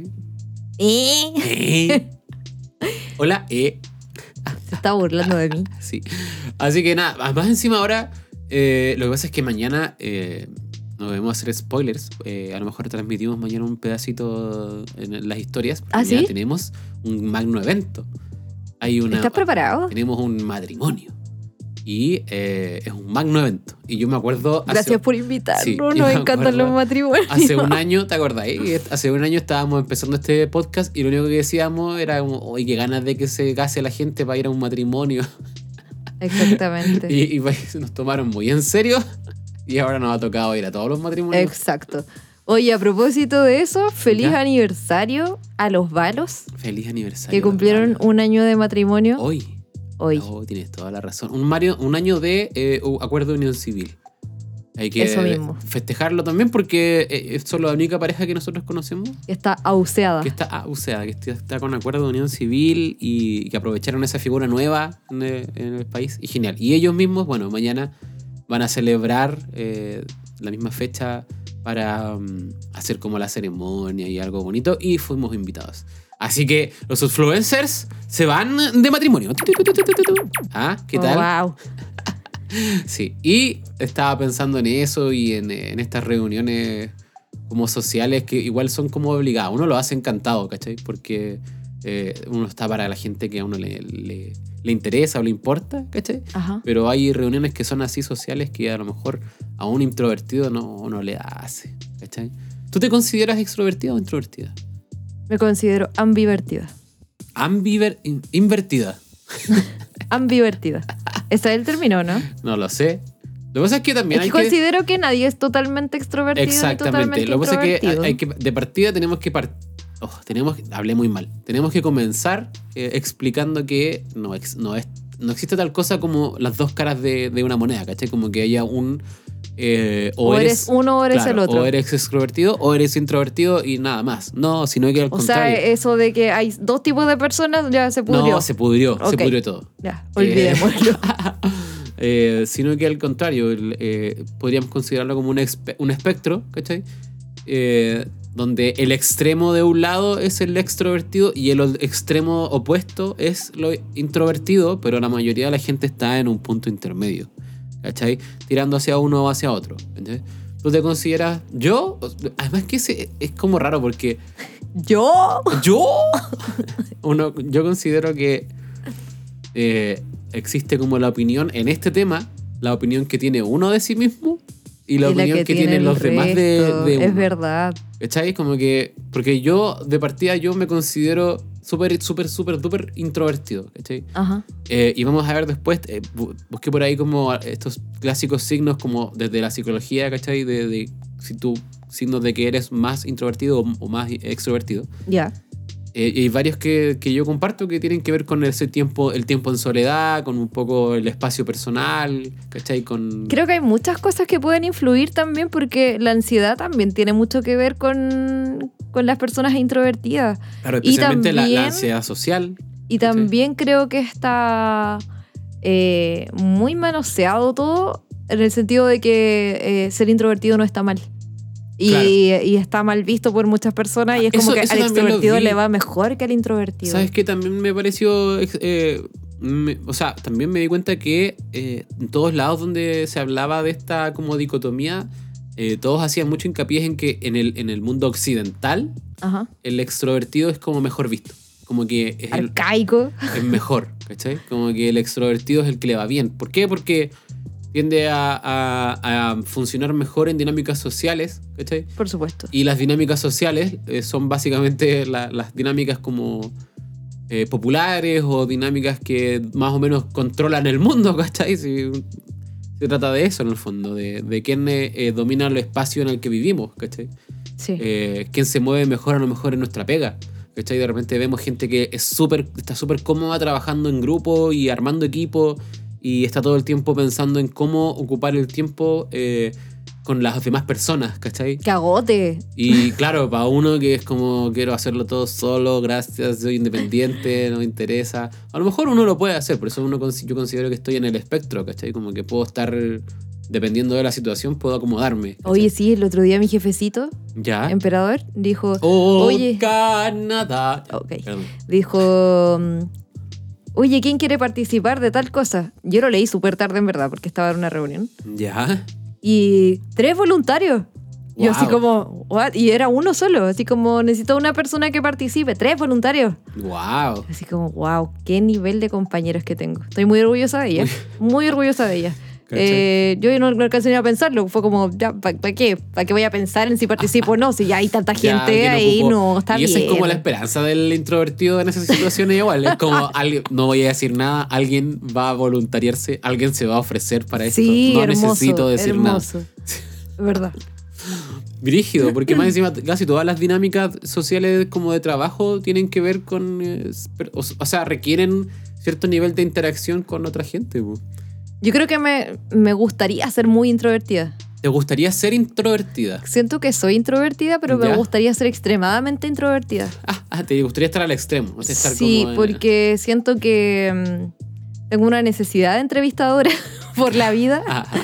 S2: Hola,
S1: Se está burlando de mí.
S2: Sí. Así que nada, más encima ahora, lo que pasa es que mañana no debemos hacer spoilers. A lo mejor transmitimos mañana un pedacito en las historias.
S1: ¿Ah,
S2: mañana
S1: sí?
S2: tenemos un magno evento.
S1: ¿Estás preparado?
S2: Tenemos un matrimonio. Y es un magno evento. Y yo me acuerdo...
S1: Gracias por invitarnos.
S2: Sí, yo
S1: Nos
S2: me
S1: encantan
S2: acuerdo.
S1: los matrimonios.
S2: Hace un año, ¿te acordás? Hace un año estábamos empezando este podcast y lo único que decíamos era como, oye, qué ganas de que se case la gente para ir a un matrimonio.
S1: Exactamente.
S2: Y pues, nos tomaron muy en serio y ahora nos ha tocado ir a todos los matrimonios.
S1: Exacto. Oye, a propósito de eso, feliz
S2: ¿Ya?
S1: aniversario a los Valos
S2: Feliz aniversario.
S1: que cumplieron un año de matrimonio
S2: Hoy.
S1: hoy.
S2: Oh, tienes toda la razón. Un año de acuerdo de unión civil. Hay que
S1: Eso mismo.
S2: festejarlo también porque son la única pareja que nosotros conocemos
S1: Está auseada.
S2: que está, que está con acuerdo de unión civil y que aprovecharon esa figura nueva en el país. Y genial. Y ellos mismos, bueno, mañana van a celebrar la misma fecha para hacer como la ceremonia y algo bonito. Y fuimos invitados. Así que los influencers se van de matrimonio. ¿Ah? ¿Qué tal?
S1: Oh, wow.
S2: Sí, y estaba pensando en eso y en estas reuniones como sociales que igual son como obligadas. Uno lo hace encantado, ¿cachai? Porque uno está para la gente que a uno le interesa o le importa, ¿cachai?
S1: Ajá.
S2: Pero hay reuniones que son así sociales que a lo mejor a un introvertido no le hace, ¿cachai? ¿Tú te consideras extrovertida o introvertida?
S1: Me considero ambivertida.
S2: Invertida.
S1: Ambivertida. Ese es el término, ¿no?
S2: No lo sé. Lo que pasa es que también
S1: Es que considero que nadie es totalmente extrovertido ni
S2: Exactamente.
S1: totalmente
S2: Lo que pasa es que
S1: introvertido.
S2: de partida hablé muy mal. Tenemos que comenzar explicando que no existe tal cosa como las dos caras de una moneda, ¿cachai? Como que haya un...
S1: o eres uno o eres
S2: claro,
S1: el otro.
S2: O eres extrovertido o eres introvertido y nada más. No, sino que al
S1: O sea,
S2: contrario.
S1: eso de que hay dos tipos de personas ya se pudrió.
S2: No, se pudrió
S1: Ok.
S2: todo.
S1: Ya, olvidémoslo.
S2: Sino que al contrario, podríamos considerarlo como un espectro, ¿cachai? Donde el extremo de un lado es el extrovertido y el extremo opuesto es lo introvertido, pero la mayoría de la gente está en un punto intermedio, ¿cachai? Tirando hacia uno o hacia otro, ¿cachai? ¿Tú te consideras yo? Además que es como raro porque
S1: ¿Yo?
S2: yo considero que existe como la opinión en este tema, la opinión que tiene uno de sí mismo y la opinión que tienen
S1: el
S2: los demás de uno.
S1: Es verdad.
S2: ¿Cachai? Como que, porque yo de partida yo me considero súper introvertido, ¿cachai?
S1: Ajá.
S2: Y vamos a ver después, busqué por ahí como estos clásicos signos como desde la psicología, ¿cachai? De si tú signos de que eres más introvertido o más extrovertido.
S1: Ya.
S2: Y hay varios que yo comparto que tienen que ver con ese tiempo, el tiempo en soledad, con un poco el espacio personal, ¿cachai?
S1: Creo que hay muchas cosas que pueden influir también porque la ansiedad también tiene mucho que ver con las personas introvertidas.
S2: Claro, especialmente
S1: también,
S2: la ansiedad social.
S1: Y
S2: ¿cachai?
S1: también creo que está muy manoseado todo en el sentido de que ser introvertido no está mal.
S2: Claro.
S1: Y está mal visto por muchas personas y es como que al extrovertido le va mejor que al introvertido.
S2: ¿Sabes qué? También me pareció... también me di cuenta que en todos lados donde se hablaba de esta como dicotomía, todos hacían mucho hincapié en que en el mundo occidental,
S1: Ajá.
S2: el extrovertido es como mejor visto. Como que es
S1: arcaico.
S2: Es mejor, ¿cachai? Como que el extrovertido es el que le va bien. ¿Por qué? Porque tiende a funcionar mejor en dinámicas sociales, ¿cachai?
S1: Por supuesto.
S2: Y las dinámicas sociales son básicamente las dinámicas como populares o dinámicas que más o menos controlan el mundo, ¿cachai? Se trata de eso en el fondo, de quién domina el espacio en el que vivimos, ¿cachai?
S1: Sí.
S2: Quién se mueve mejor a lo mejor en nuestra pega, ¿cachai? De repente vemos gente que está súper cómoda trabajando en grupo y armando equipo y está todo el tiempo pensando en cómo ocupar el tiempo con las demás personas, ¿cachai?
S1: ¡Qué agote!
S2: Y claro, para uno que es como quiero hacerlo todo solo, gracias, soy independiente, no me interesa. A lo mejor uno lo puede hacer, por eso yo considero que estoy en el espectro, ¿cachai? Como que puedo estar, dependiendo de la situación, puedo acomodarme, ¿cachai?
S1: Oye, sí, el otro día mi jefecito,
S2: ¿Ya?
S1: emperador, dijo...
S2: Oye, Canadá.
S1: Ok.
S2: Perdón.
S1: Dijo... Oye, ¿quién quiere participar de tal cosa? Yo lo leí súper tarde, en verdad, porque estaba en una reunión.
S2: ¿Ya?
S1: Y 3 voluntarios.
S2: Wow.
S1: Yo así como, ¿what? Y era uno solo, así como necesito una persona que participe, 3 voluntarios.
S2: Wow.
S1: Así como, wow, qué nivel de compañeros que tengo. Estoy muy orgullosa de ella, muy orgullosa de ella. Yo no alcancé ni a pensarlo, fue como, ¿para qué? ¿Para qué voy a pensar en si participo o no? Si ya hay tanta gente ahí, no, está bien.
S2: Y esa es como la esperanza del introvertido en esas situaciones igual. Es como, no voy a decir nada, alguien va a voluntariarse, alguien se va a ofrecer para esto.
S1: Sí,
S2: no
S1: hermoso,
S2: necesito decir
S1: hermoso.
S2: nada.
S1: Verdad.
S2: Brígido, porque más encima casi todas las dinámicas sociales como de trabajo tienen que ver con... o sea, requieren cierto nivel de interacción con otra gente.
S1: Yo creo que me gustaría ser muy introvertida.
S2: ¿Te gustaría ser introvertida?
S1: Siento que soy introvertida, pero
S2: ¿Ya?
S1: me gustaría ser extremadamente introvertida.
S2: Te gustaría estar al extremo. Estar
S1: sí,
S2: como,
S1: porque siento que tengo una necesidad de entrevistadora por la vida.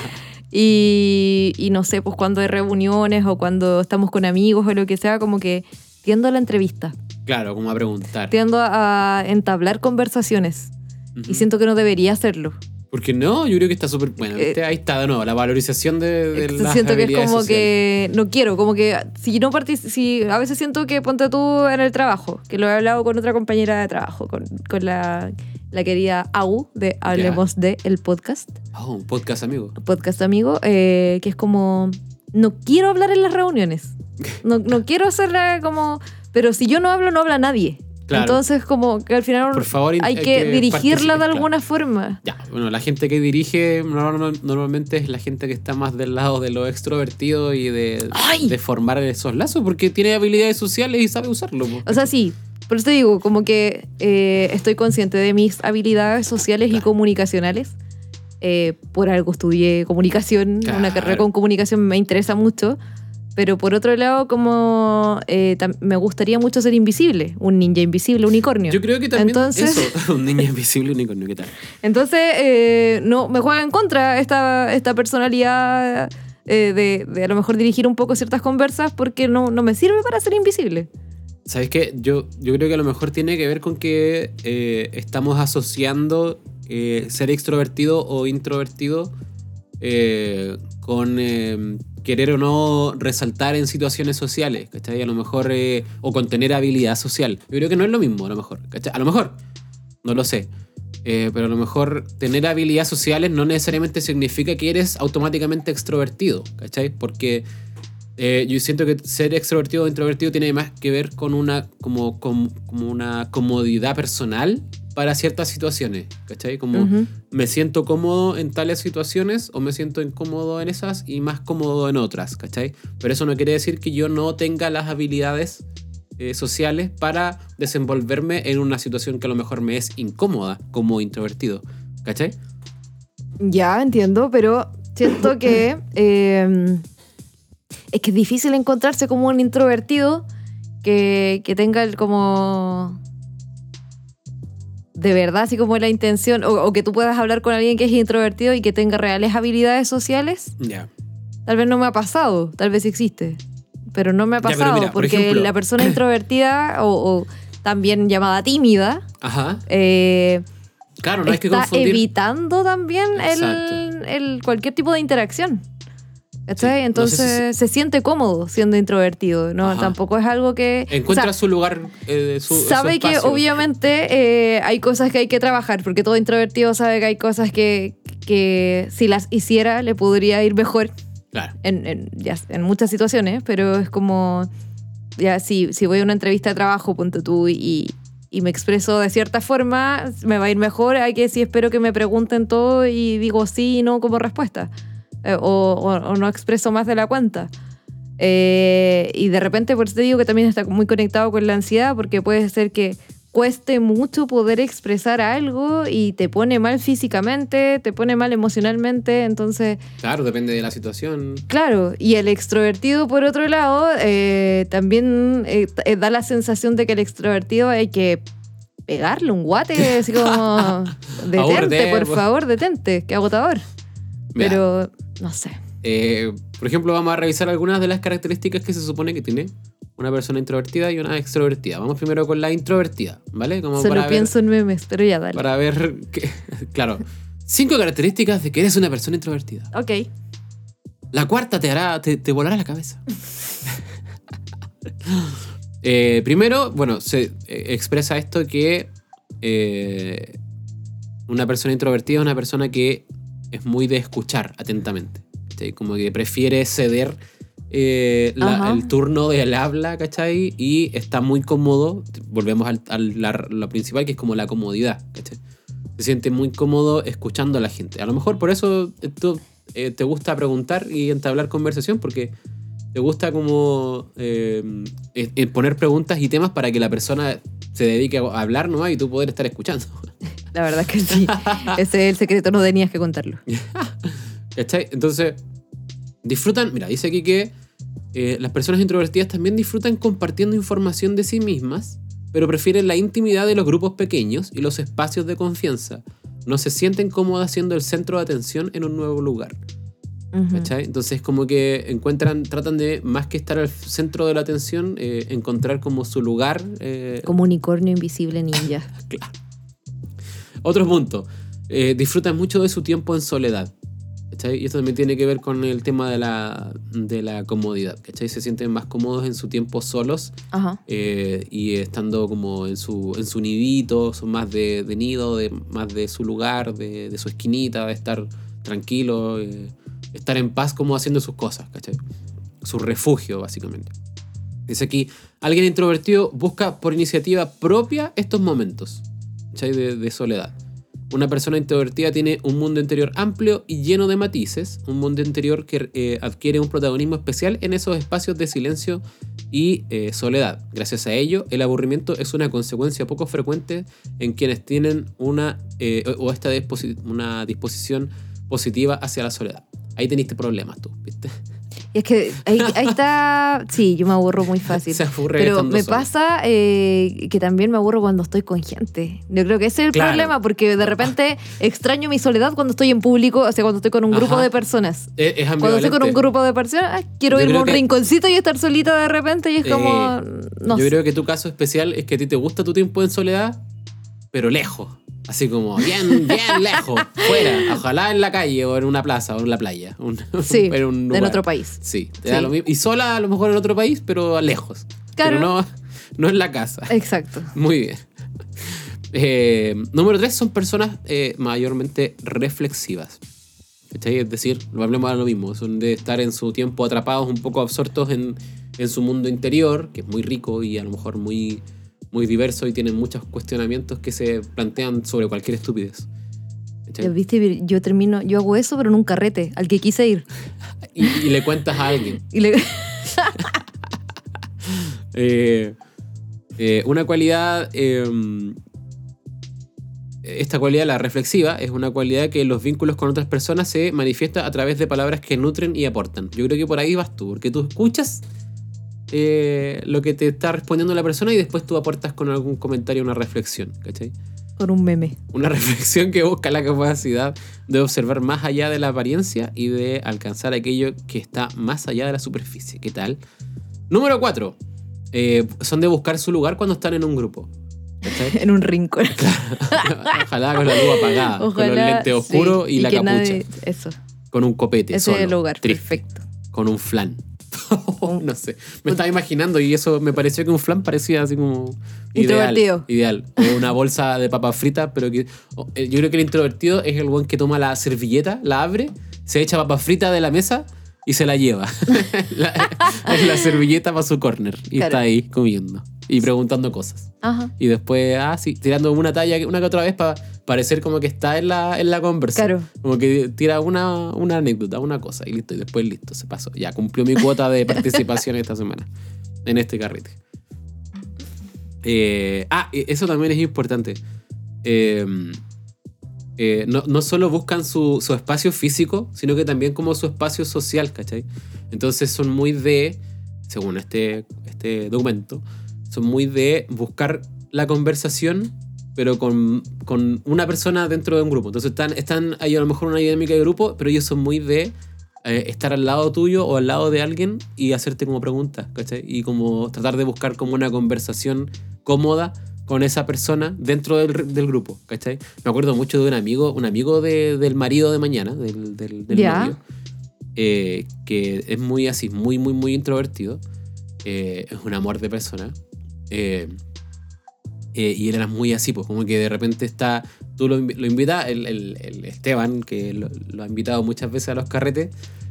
S1: Y no sé, pues cuando hay reuniones o cuando estamos con amigos o lo que sea, como que tiendo a la entrevista.
S2: Claro, como a preguntar.
S1: Tiendo a entablar conversaciones. Y siento que no debería hacerlo.
S2: ¿Por qué no? Yo creo que está súper bueno. Ahí está de nuevo, la valorización de las
S1: siento que es
S2: habilidades
S1: como
S2: sociales.
S1: que no quiero, como que si a veces siento que ponte tú en el trabajo, que lo he hablado con otra compañera de trabajo, con la querida Au de Hablemos de el podcast.
S2: Oh, un podcast amigo.
S1: Podcast amigo, que es como, no quiero hablar en las reuniones. No quiero hacerla como, pero si yo no hablo, no habla nadie. Claro. Entonces, como que al final
S2: por favor,
S1: hay que dirigirla de alguna forma.
S2: Ya, bueno, la gente que dirige normalmente es la gente que está más del lado de lo extrovertido y de formar esos lazos, porque tiene habilidades sociales y sabe usarlo.
S1: O sea, sí. Por eso te digo, como que estoy consciente de mis habilidades sociales y comunicacionales. Por algo estudié comunicación, una carrera con comunicación me interesa mucho. Pero por otro lado, como me gustaría mucho ser invisible, un ninja invisible, unicornio.
S2: Yo creo que también
S1: entonces,
S2: eso, un ninja invisible, unicornio, ¿qué tal?
S1: Entonces, no, me juega en contra esta personalidad de a lo mejor dirigir un poco ciertas conversas porque no me sirve para ser invisible.
S2: ¿Sabes qué? Yo creo que a lo mejor tiene que ver con que estamos asociando ser extrovertido o introvertido con querer o no resaltar en situaciones sociales, ¿cachai? A lo mejor, o con tener habilidad social. Yo creo que no es lo mismo, a lo mejor, ¿cachai? A lo mejor, no lo sé. Pero a lo mejor tener habilidades sociales no necesariamente significa que eres automáticamente extrovertido, ¿cachai? Porque yo siento que ser extrovertido o introvertido tiene más que ver con una una comodidad personal para ciertas situaciones, ¿cachai? Como me siento cómodo en tales situaciones o me siento incómodo en esas y más cómodo en otras, ¿cachai? Pero eso no quiere decir que yo no tenga las habilidades sociales para desenvolverme en una situación que a lo mejor me es incómoda como introvertido. ¿Cachai?
S1: Ya, entiendo, pero siento que es que es difícil encontrarse como un introvertido que tenga como de verdad, así como la intención, o que tú puedas hablar con alguien que es introvertido y que tenga reales habilidades sociales.
S2: Ya.
S1: Tal vez no me ha pasado, tal vez existe, pero no me ha
S2: Ya, pero
S1: pasado,
S2: mira, por
S1: porque
S2: ejemplo,
S1: la persona introvertida o también llamada tímida,
S2: Ajá. Claro, no hay que
S1: está
S2: confundir.
S1: evitando también
S2: Exacto.
S1: cualquier tipo de interacción. ¿Cachai?
S2: Sí,
S1: Entonces
S2: no sé
S1: se siente cómodo siendo introvertido, ¿no?
S2: Ajá.
S1: Tampoco es algo que...
S2: Encuentra
S1: o sea,
S2: su lugar, su
S1: sabe que
S2: espacio.
S1: obviamente hay cosas que hay que trabajar, porque todo introvertido sabe que hay cosas que si las hiciera le podría ir mejor
S2: Claro.
S1: en muchas situaciones, pero es como, ya si voy a una entrevista de trabajo, ponte tú, y me expreso de cierta forma, me va a ir mejor a que si espero que me pregunten todo y digo sí y no como respuesta, o no expreso más de la cuenta. Y de repente, por eso te digo que también está muy conectado con la ansiedad, porque puede ser que cueste mucho poder expresar algo y te pone mal físicamente, te pone mal emocionalmente, entonces...
S2: Claro, depende de la situación.
S1: Claro, y el extrovertido, por otro lado, también da la sensación de que el extrovertido hay que pegarle un guate, así como, detente,
S2: Aburrete,
S1: por
S2: pues.
S1: favor, detente, qué agotador.
S2: Mira.
S1: Pero, no sé.
S2: Por ejemplo, vamos a revisar algunas de las características que se supone que tiene una persona introvertida y una extrovertida. Vamos primero con la introvertida, ¿vale? Como
S1: Solo
S2: para
S1: pienso en memes, pero ya, dale.
S2: Para ver claro, 5 características de que eres una persona introvertida.
S1: Ok.
S2: La cuarta te volará la cabeza. Primero, bueno, se expresa esto que una persona introvertida es una persona que es muy de escuchar atentamente. ¿Cachai? Como que prefiere ceder el turno del habla, ¿cachai? Y está muy cómodo. Volvemos a lo principal, que es como la comodidad, ¿cachai? Se siente muy cómodo escuchando a la gente. A lo mejor por eso te gusta preguntar y entablar conversación, porque te gusta como poner preguntas y temas para que la persona se dedique a hablar nomás y tú poder estar escuchando.
S1: La verdad que sí. Ese es el secreto, no tenías que contarlo.
S2: ¿Cachai? Entonces, disfrutan. Mira, dice aquí que las personas introvertidas también disfrutan compartiendo información de sí mismas, pero prefieren la intimidad de los grupos pequeños y los espacios de confianza. No se sienten cómodas siendo el centro de atención en un nuevo lugar. ¿Cachai? Entonces, como que tratan de, más que estar al centro de la atención, encontrar como su lugar.
S1: Como unicornio invisible ninja.
S2: Claro. Otro punto. Disfrutan mucho de su tiempo en soledad. ¿Cachai? Y esto también tiene que ver con el tema de la comodidad. ¿Cachai? Se sienten más cómodos en su tiempo solos.
S1: Ajá.
S2: Y estando como en su nidito, son más de nido, más de su lugar, de su esquinita, de estar tranquilo, estar en paz como haciendo sus cosas, ¿cachai? Su refugio, básicamente. Dice aquí, alguien introvertido busca por iniciativa propia estos momentos, ¿cachai? De soledad. Una persona introvertida tiene un mundo interior amplio y lleno de matices, un mundo interior que adquiere un protagonismo especial en esos espacios de silencio y soledad. Gracias a ello, el aburrimiento es una consecuencia poco frecuente en quienes tienen una disposición positiva hacia la soledad. Ahí teniste problemas tú, ¿viste?
S1: Y es que ahí está... Sí, yo me aburro muy fácil.
S2: Se aburre
S1: pero
S2: estando
S1: me
S2: sola.
S1: pasa que también me aburro cuando estoy con gente. Yo creo que ese es el
S2: Claro.
S1: problema, porque de repente extraño mi soledad cuando estoy en público, o sea, cuando estoy con un grupo
S2: Ajá.
S1: de personas.
S2: Es
S1: Cuando estoy con un
S2: ambivalente.
S1: grupo de personas, quiero
S2: Yo
S1: irme
S2: creo
S1: a un
S2: que-
S1: rinconcito y estar solita de repente y es como... No
S2: Yo
S1: sé.
S2: creo que tu caso especial es que a ti te gusta tu tiempo en soledad, pero lejos. Así como bien lejos, fuera. Ojalá en la calle o en una plaza o en la playa.
S1: Sí,
S2: en un lugar.
S1: en otro país.
S2: Sí, te
S1: Sí.
S2: da lo mismo. Y sola a lo mejor en otro país, pero lejos.
S1: Claro.
S2: Pero no en la casa.
S1: Exacto.
S2: Muy bien. Número 3 son personas mayormente reflexivas. ¿Cachai? Es decir, hablemos de lo mismo. Son de estar en su tiempo atrapados, un poco absortos en su mundo interior, que es muy rico y a lo mejor muy diverso y tienen muchos cuestionamientos que se plantean sobre cualquier estupidez. ¿Cachai?
S1: ¿Viste? Yo hago eso, pero en un carrete al que quise ir.
S2: Y le cuentas a alguien.
S1: Y le...
S2: Una cualidad... esta cualidad, la reflexiva, es una cualidad que en los vínculos con otras personas se manifiesta a través de palabras que nutren y aportan. Yo creo que por ahí vas tú, porque tú escuchas lo que te está respondiendo la persona y después tú aportas con algún comentario, una reflexión, ¿cachai?
S1: Con un meme.
S2: Una reflexión que busca la capacidad de observar más allá de la apariencia y de alcanzar aquello que está más allá de la superficie. ¿Qué tal? Número 4. Son de buscar su lugar cuando están en un grupo. ¿Cachai?
S1: En un rincón.
S2: Ojalá con la luz apagada, con los lentes oscuros y la capucha.
S1: Eso.
S2: Con un copete.
S1: Ese
S2: solo,
S1: es el lugar,
S2: triste,
S1: perfecto.
S2: Con un flan. No sé. Me estaba imaginando y eso me pareció que un flan parecía así como ideal. O una bolsa de papas fritas, pero que yo creo que el introvertido es el buen que toma la servilleta, la abre, se echa papas fritas de la mesa y se la lleva. la servilleta para su corner y claro, está ahí comiendo y preguntando cosas.
S1: Ajá.
S2: Y después, sí, tirando una talla una que otra vez para parecer como que está en la conversa.
S1: Claro.
S2: Como que tira una anécdota, una cosa y listo. Y después listo, se pasó. Ya cumplió mi cuota de participación esta semana en este carrete. Eso también es importante. No solo buscan su espacio físico, sino que también como su espacio social, ¿cachai? Entonces son muy de, según este documento, son muy de buscar la conversación, pero con una persona dentro de un grupo. Entonces están ahí a lo mejor una dinámica de grupo, pero ellos son muy de estar al lado tuyo o al lado de alguien y hacerte como preguntas, ¿cachai? Y como tratar de buscar como una conversación cómoda con esa persona dentro del grupo, ¿cachai? Me acuerdo mucho de un amigo del marido de mañana, del novio, que es muy así, muy, muy, muy introvertido. Es un amor de persona. Y él era muy así, pues como que de repente tú lo invitas, el Esteban, que lo ha invitado muchas veces a los carretes,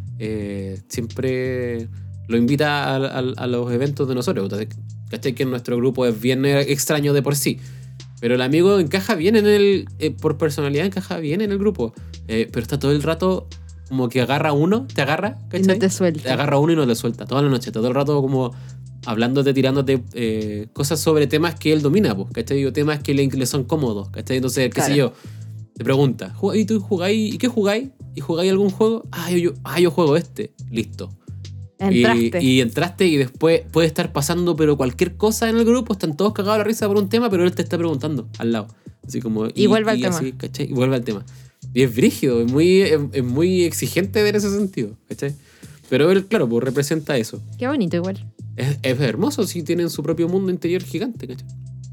S2: siempre lo invita a los eventos de nosotros. Entonces, ¿cachai? Que nuestro grupo es bien extraño de por sí, pero el amigo encaja bien por personalidad encaja bien en el grupo, pero está todo el rato como que agarra uno, te agarra, ¿cachai?
S1: Y no te suelta.
S2: Te agarra uno y no te suelta, toda la noche, todo el rato como hablándote, tirándote cosas sobre temas que él domina, pues, ¿cachai? O temas que le son cómodos, ¿cachai? Entonces, qué sé yo, te pregunta, ¿y tú jugáis? ¿Y qué jugáis? ¿Y jugáis algún juego? Yo juego este. Listo.
S1: Entraste.
S2: Y entraste y después puede estar pasando pero cualquier cosa en el grupo, están todos cagados a la risa por un tema, pero él te está preguntando al lado. Así como,
S1: y vuelve al tema.
S2: Así, ¿cachai? Y vuelve al tema. Y es brígido, es muy exigente en ese sentido, ¿cachai? Pero él, claro, pues representa eso.
S1: Qué bonito igual.
S2: Es hermoso, sí, tienen su propio mundo interior gigante, ¿cachai?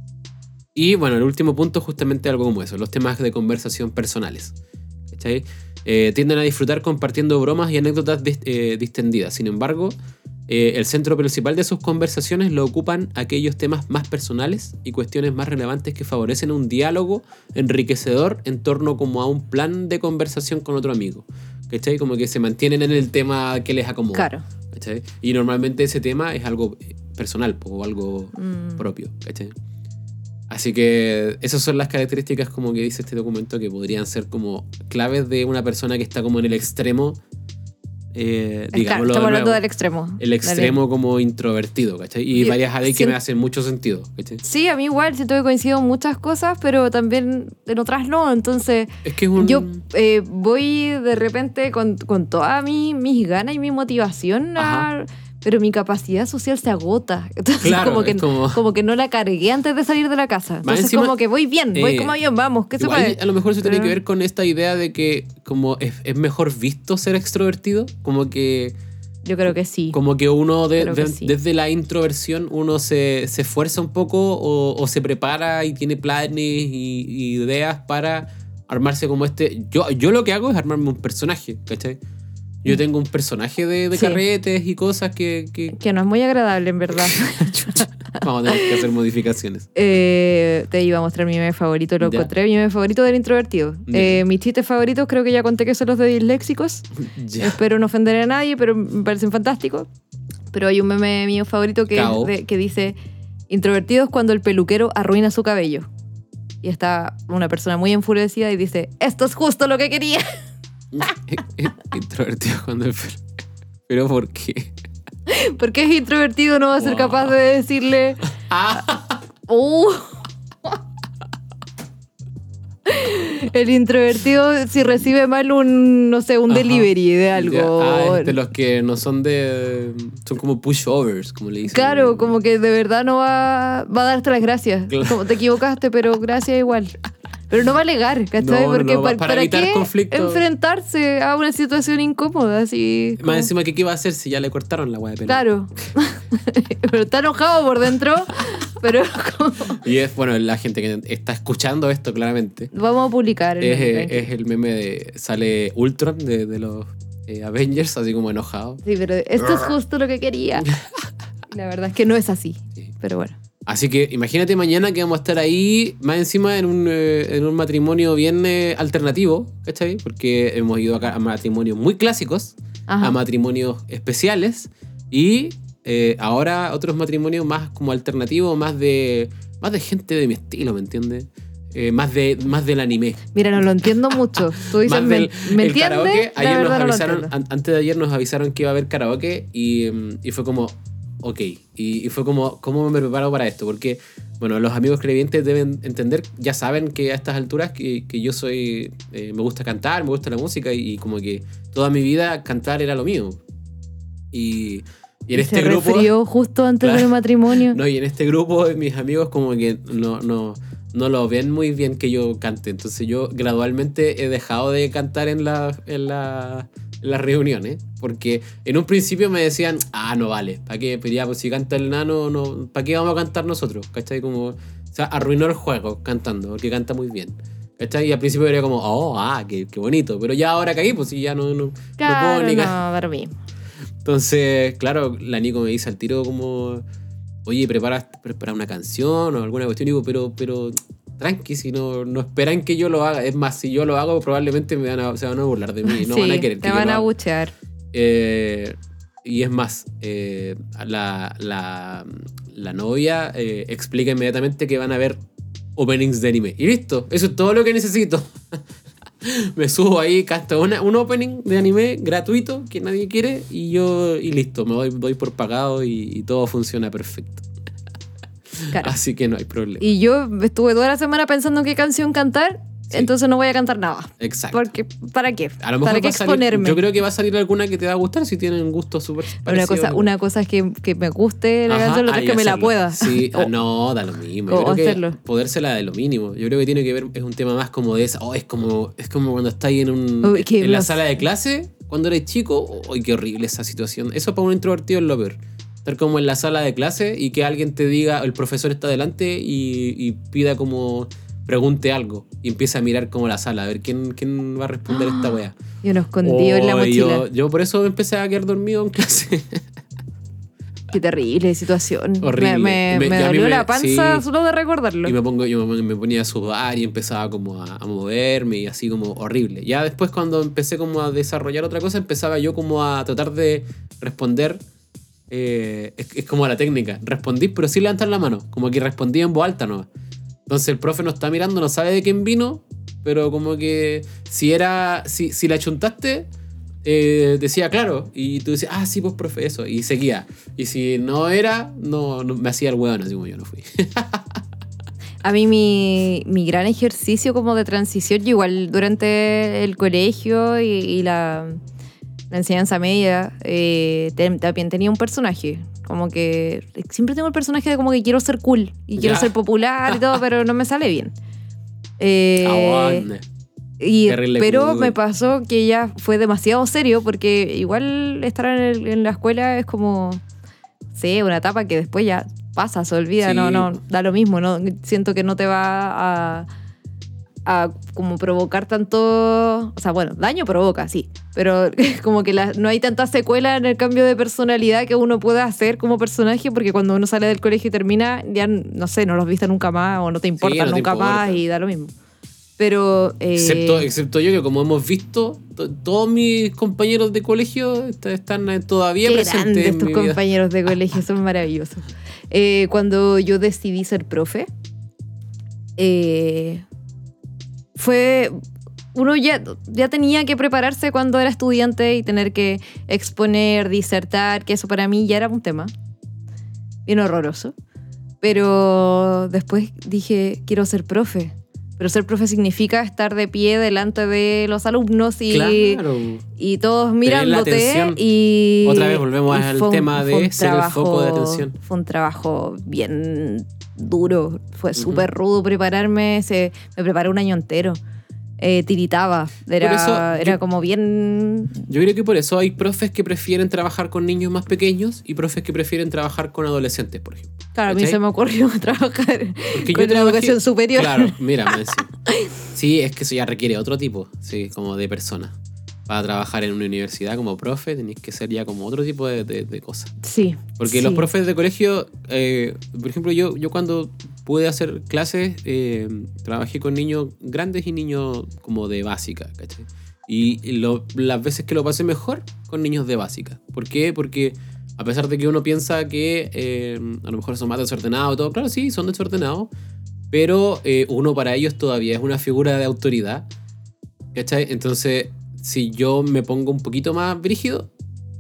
S2: Y bueno, el último punto es justamente algo como eso, los temas de conversación personales, ¿cachai? Tienden a disfrutar compartiendo bromas y anécdotas distendidas. Sin embargo, el centro principal de sus conversaciones lo ocupan aquellos temas más personales y cuestiones más relevantes que favorecen un diálogo enriquecedor en torno como a un plan de conversación con otro amigo, ¿cachai? Como que se mantienen en el tema que les acomoda.
S1: Claro.
S2: ¿Cachai? Y normalmente ese tema es algo personal o algo propio, ¿cachai? Así que esas son las características como que dice este documento que podrían ser como claves de una persona que está como en el extremo, digámoslo.
S1: Estamos hablando del extremo.
S2: El extremo como introvertido, ¿cachai? Y varias ahí que me hacen mucho sentido, ¿cachai?
S1: Sí, a mí igual, siento que coincido en muchas cosas, pero también en otras no. Entonces,
S2: es que
S1: yo voy de repente con todas mis ganas y mi motivación pero mi capacidad social se agota. Entonces,
S2: claro,
S1: como que no la cargué antes de salir de la casa. Entonces,
S2: encima,
S1: como que voy bien, voy como avión, vamos, ¿qué se puede?
S2: A lo mejor eso tiene que ver con esta idea de que como es mejor visto ser extrovertido, como que...
S1: Yo creo que sí.
S2: Como que uno desde la introversión uno se esfuerza un poco o se prepara y tiene planes y ideas para armarse como este... Yo lo que hago es armarme un personaje, ¿cachai? Yo tengo un personaje de carretes y cosas que
S1: no es muy agradable, en verdad.
S2: Vamos a tener que hacer modificaciones.
S1: Te iba a mostrar mi meme favorito, lo encontré, mi meme favorito del introvertido. Mis chistes favoritos creo que ya conté que son los de disléxicos. Espero no ofender a nadie, pero me parecen fantásticos. Pero hay un meme mío favorito que dice: introvertidos cuando el peluquero arruina su cabello. Y está una persona muy enfurecida y dice: esto es justo lo que quería.
S2: Introvertido cuando el ¿pero por qué?
S1: Porque es introvertido, no va a ser capaz de decirle El introvertido, si recibe mal un delivery de algo.
S2: De los que no son son como pushovers, como le dicen.
S1: Claro, como que de verdad no va a darte las gracias.
S2: Claro.
S1: Como te equivocaste, pero gracias igual. Pero no va a alegar, ¿cachai?
S2: No,
S1: Porque
S2: para evitar
S1: qué
S2: conflicto.
S1: enfrentarse a una situación incómoda, así.
S2: Más
S1: como...
S2: encima, ¿qué va a hacer si ya le cortaron la hueá de pelo?
S1: Claro. Pero está enojado por dentro, pero como...
S2: Y es, bueno, la gente que está escuchando esto claramente.
S1: Vamos a publicar.
S2: Es el meme de... Sale Ultron de los Avengers, así como enojado.
S1: Sí, pero esto es justo lo que quería. La verdad es que no es así,
S2: Sí.
S1: pero bueno.
S2: Así que imagínate mañana que vamos a estar ahí, más encima en un matrimonio bien alternativo, ¿cachai? Porque hemos ido a matrimonios muy clásicos,
S1: Ajá.
S2: a matrimonios especiales y ahora otros matrimonios más como alternativos, más de gente de mi estilo, ¿me entiendes? Más del anime.
S1: Mira, no lo entiendo mucho. Tú dices,
S2: Más del
S1: ¿me
S2: el
S1: entiendes?
S2: karaoke.
S1: La
S2: Ayer nos
S1: verdad no lo
S2: avisaron,
S1: entiendo.
S2: antes de ayer nos avisaron que iba a haber karaoke y fue como, ok. Y fue como, ¿cómo me preparo para esto? Porque, bueno, los amigos creyentes deben entender, ya saben que a estas alturas que yo soy, me gusta cantar, me gusta la música y como que toda mi vida cantar era lo mío. Y en este
S1: se
S2: grupo...
S1: resfrió justo antes
S2: Claro.
S1: del matrimonio.
S2: No, y en este grupo mis amigos como que no lo ven muy bien que yo cante. Entonces yo gradualmente he dejado de cantar en las reuniones. Porque en un principio me decían, no vale, ¿para qué? Pero ya, pues si canta el nano, no, ¿para qué vamos a cantar nosotros? ¿Cachai? Como, o sea, arruinó el juego cantando, porque canta muy bien. ¿Cachai? Y al principio era como, qué bonito. Pero ya ahora caí, pues sí, ya no
S1: Claro,
S2: puedo ni
S1: no, para mí.
S2: Entonces, claro, la Nico me dice al tiro como, oye, prepara una canción o alguna cuestión. Y digo, pero tranqui, si no esperan que yo lo haga. Es más, si yo lo hago, probablemente se van a burlar de mí. No
S1: Sí,
S2: van a querer que
S1: te
S2: yo
S1: van
S2: lo
S1: a
S2: haga.
S1: buchear.
S2: Y es más, la novia explica inmediatamente que van a ver openings de anime. Y listo, eso es todo lo que necesito. Me subo ahí, canto un opening de anime gratuito que nadie quiere y listo, me doy por pagado y todo funciona perfecto.
S1: Claro.
S2: Así que no hay problema.
S1: Y yo estuve toda la semana pensando en qué canción cantar,
S2: Sí.
S1: entonces no voy a cantar nada.
S2: Exacto.
S1: Porque, ¿para qué?
S2: A lo mejor
S1: ¿Para qué
S2: va a salir,
S1: exponerme?
S2: yo creo que va a salir alguna que te va a gustar si tienen gustos súper parecidos.
S1: Una cosa es que me guste la
S2: Ajá,
S1: canción, la otra es
S2: y
S1: que me la
S2: hacerlo.
S1: pueda.
S2: Sí,
S1: O-
S2: no, da lo mismo.
S1: o
S2: Yo creo que
S1: hacerlo.
S2: podérsela de lo mínimo. Yo creo que tiene que ver, es un tema más como de esa. Es como cuando estáis
S1: Uy, qué
S2: en la
S1: los-
S2: sala de clase, cuando eres chico. ¡Ay, qué horrible esa situación! Eso para un introvertido es lo peor. Estar como en la sala de clase y que alguien te diga, el profesor está delante y pida como, pregunte algo y empieza a mirar como la sala, a ver quién va a responder esta wea.
S1: Yo lo escondido en la mochila.
S2: Yo por eso empecé a quedar dormido en clase.
S1: Qué terrible situación.
S2: Horrible.
S1: Me
S2: Y a mí
S1: dolió la panza
S2: sí.
S1: solo de recordarlo.
S2: Y me ponía a sudar y empezaba como a moverme y así como horrible. Ya después cuando empecé como a desarrollar otra cosa, empezaba yo como a tratar de responder. Es como la técnica. Respondí, pero sin levantar la mano. Como que respondí en voz alta nomás. Entonces el profe no está mirando, no sabe de quién vino, pero como que si la chuntaste, decía claro. Y tú decías, sí, pues profe, eso. Y seguía. Y si no era, no me hacía el hueón, así como yo no fui.
S1: A mí mi gran ejercicio como de transición, yo igual durante el colegio y la enseñanza media, también tenía un personaje. Como que siempre tengo el personaje de como que quiero ser cool y quiero
S2: Ya.
S1: ser popular y todo, pero no me sale bien.
S2: Aguante. Terrible
S1: Pero
S2: cool.
S1: me pasó que ya fue demasiado serio porque igual estar en la escuela es como, sí, una etapa que después ya pasa, se olvida,
S2: Sí.
S1: no, da lo mismo, no siento que no te va a como provocar tanto, o sea, bueno, daño provoca, sí, pero como que no hay tanta secuela en el cambio de personalidad que uno pueda hacer como personaje, porque cuando uno sale del colegio y termina, ya, no sé, no los viste nunca más o no te importan
S2: no te
S1: nunca más
S2: importa.
S1: y da lo mismo. Pero...
S2: Excepto yo, que como hemos visto, todos mis compañeros de colegio están todavía
S1: qué
S2: presentes
S1: grandes
S2: en
S1: tus
S2: mi vida.
S1: compañeros de colegio, son maravillosos. Cuando yo decidí ser profe, fue... Uno ya tenía que prepararse cuando era estudiante y tener que exponer, disertar, que eso para mí ya era un tema bien horroroso. Pero después dije, quiero ser profe. Pero ser profe significa estar de pie delante de los alumnos y todos mirándote. Y
S2: otra vez volvemos al tema de ser el foco de atención.
S1: Fue un trabajo bien duro. Fue súper rudo prepararme. Me preparé un año entero. Tiritaba. Era como bien...
S2: Yo creo que por eso hay profes que prefieren trabajar con niños más pequeños y profes que prefieren trabajar con adolescentes, por ejemplo.
S1: Claro, ¿cachai? A mí se me ocurrió trabajar con la educación superior.
S2: Claro, mira, sí, es que eso ya requiere otro tipo, sí, como de persona. Para trabajar en una universidad como profe tenéis que ser ya como otro tipo de cosas.
S1: Sí.
S2: Porque los profes de colegio, por ejemplo, yo cuando pude hacer clases, trabajé con niños grandes y niños como de básica, ¿cachai? Y las veces que lo pasé mejor con niños de básica. ¿Por qué? Porque a pesar de que uno piensa que a lo mejor son más desordenados y todo, claro, sí, son desordenados, pero uno para ellos todavía es una figura de autoridad, ¿cachai? Entonces, si yo me pongo un poquito más brígido,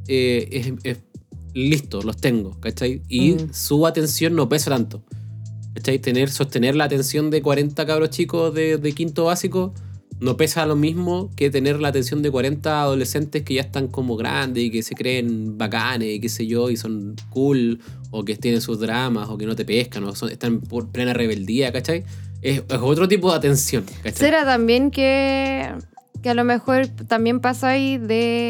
S2: es listo, los tengo, ¿cachai? Y su atención no pesa tanto, ¿cachai? Sostener la atención de 40 cabros chicos de quinto básico no pesa lo mismo que tener la atención de 40 adolescentes que ya están como grandes y que se creen bacanes y qué sé yo, y son cool, o que tienen sus dramas, o que no te pescan, o están por plena rebeldía, ¿cachai? Es otro tipo de atención, ¿cachai?
S1: ¿Será también que a lo mejor también pasa ahí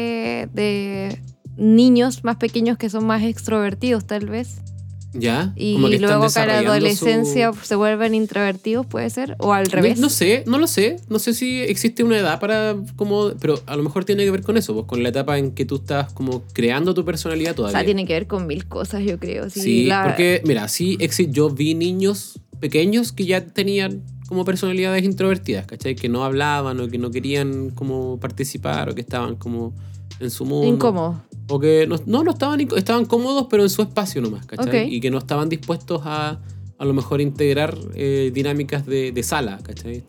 S1: de niños más pequeños que son más extrovertidos, tal vez?
S2: ¿Ya?
S1: Y como que luego que a la adolescencia se vuelven introvertidos, ¿puede ser? ¿O al revés?
S2: No lo sé. No sé si existe una edad para como... Pero a lo mejor tiene que ver con eso, pues, con la etapa en que tú estás como creando tu personalidad todavía.
S1: O sea, tiene que ver con mil cosas, yo creo.
S2: Sí, porque, mira, yo vi niños pequeños que ya tenían como personalidades introvertidas, ¿cachai? Que no hablaban o que no querían como participar o que estaban como en su mundo.
S1: Incómodo.
S2: O que no estaban cómodos, pero en su espacio nomás, ¿cachai?
S1: Okay.
S2: Y que no estaban dispuestos a lo mejor integrar dinámicas de sala, ¿cachai?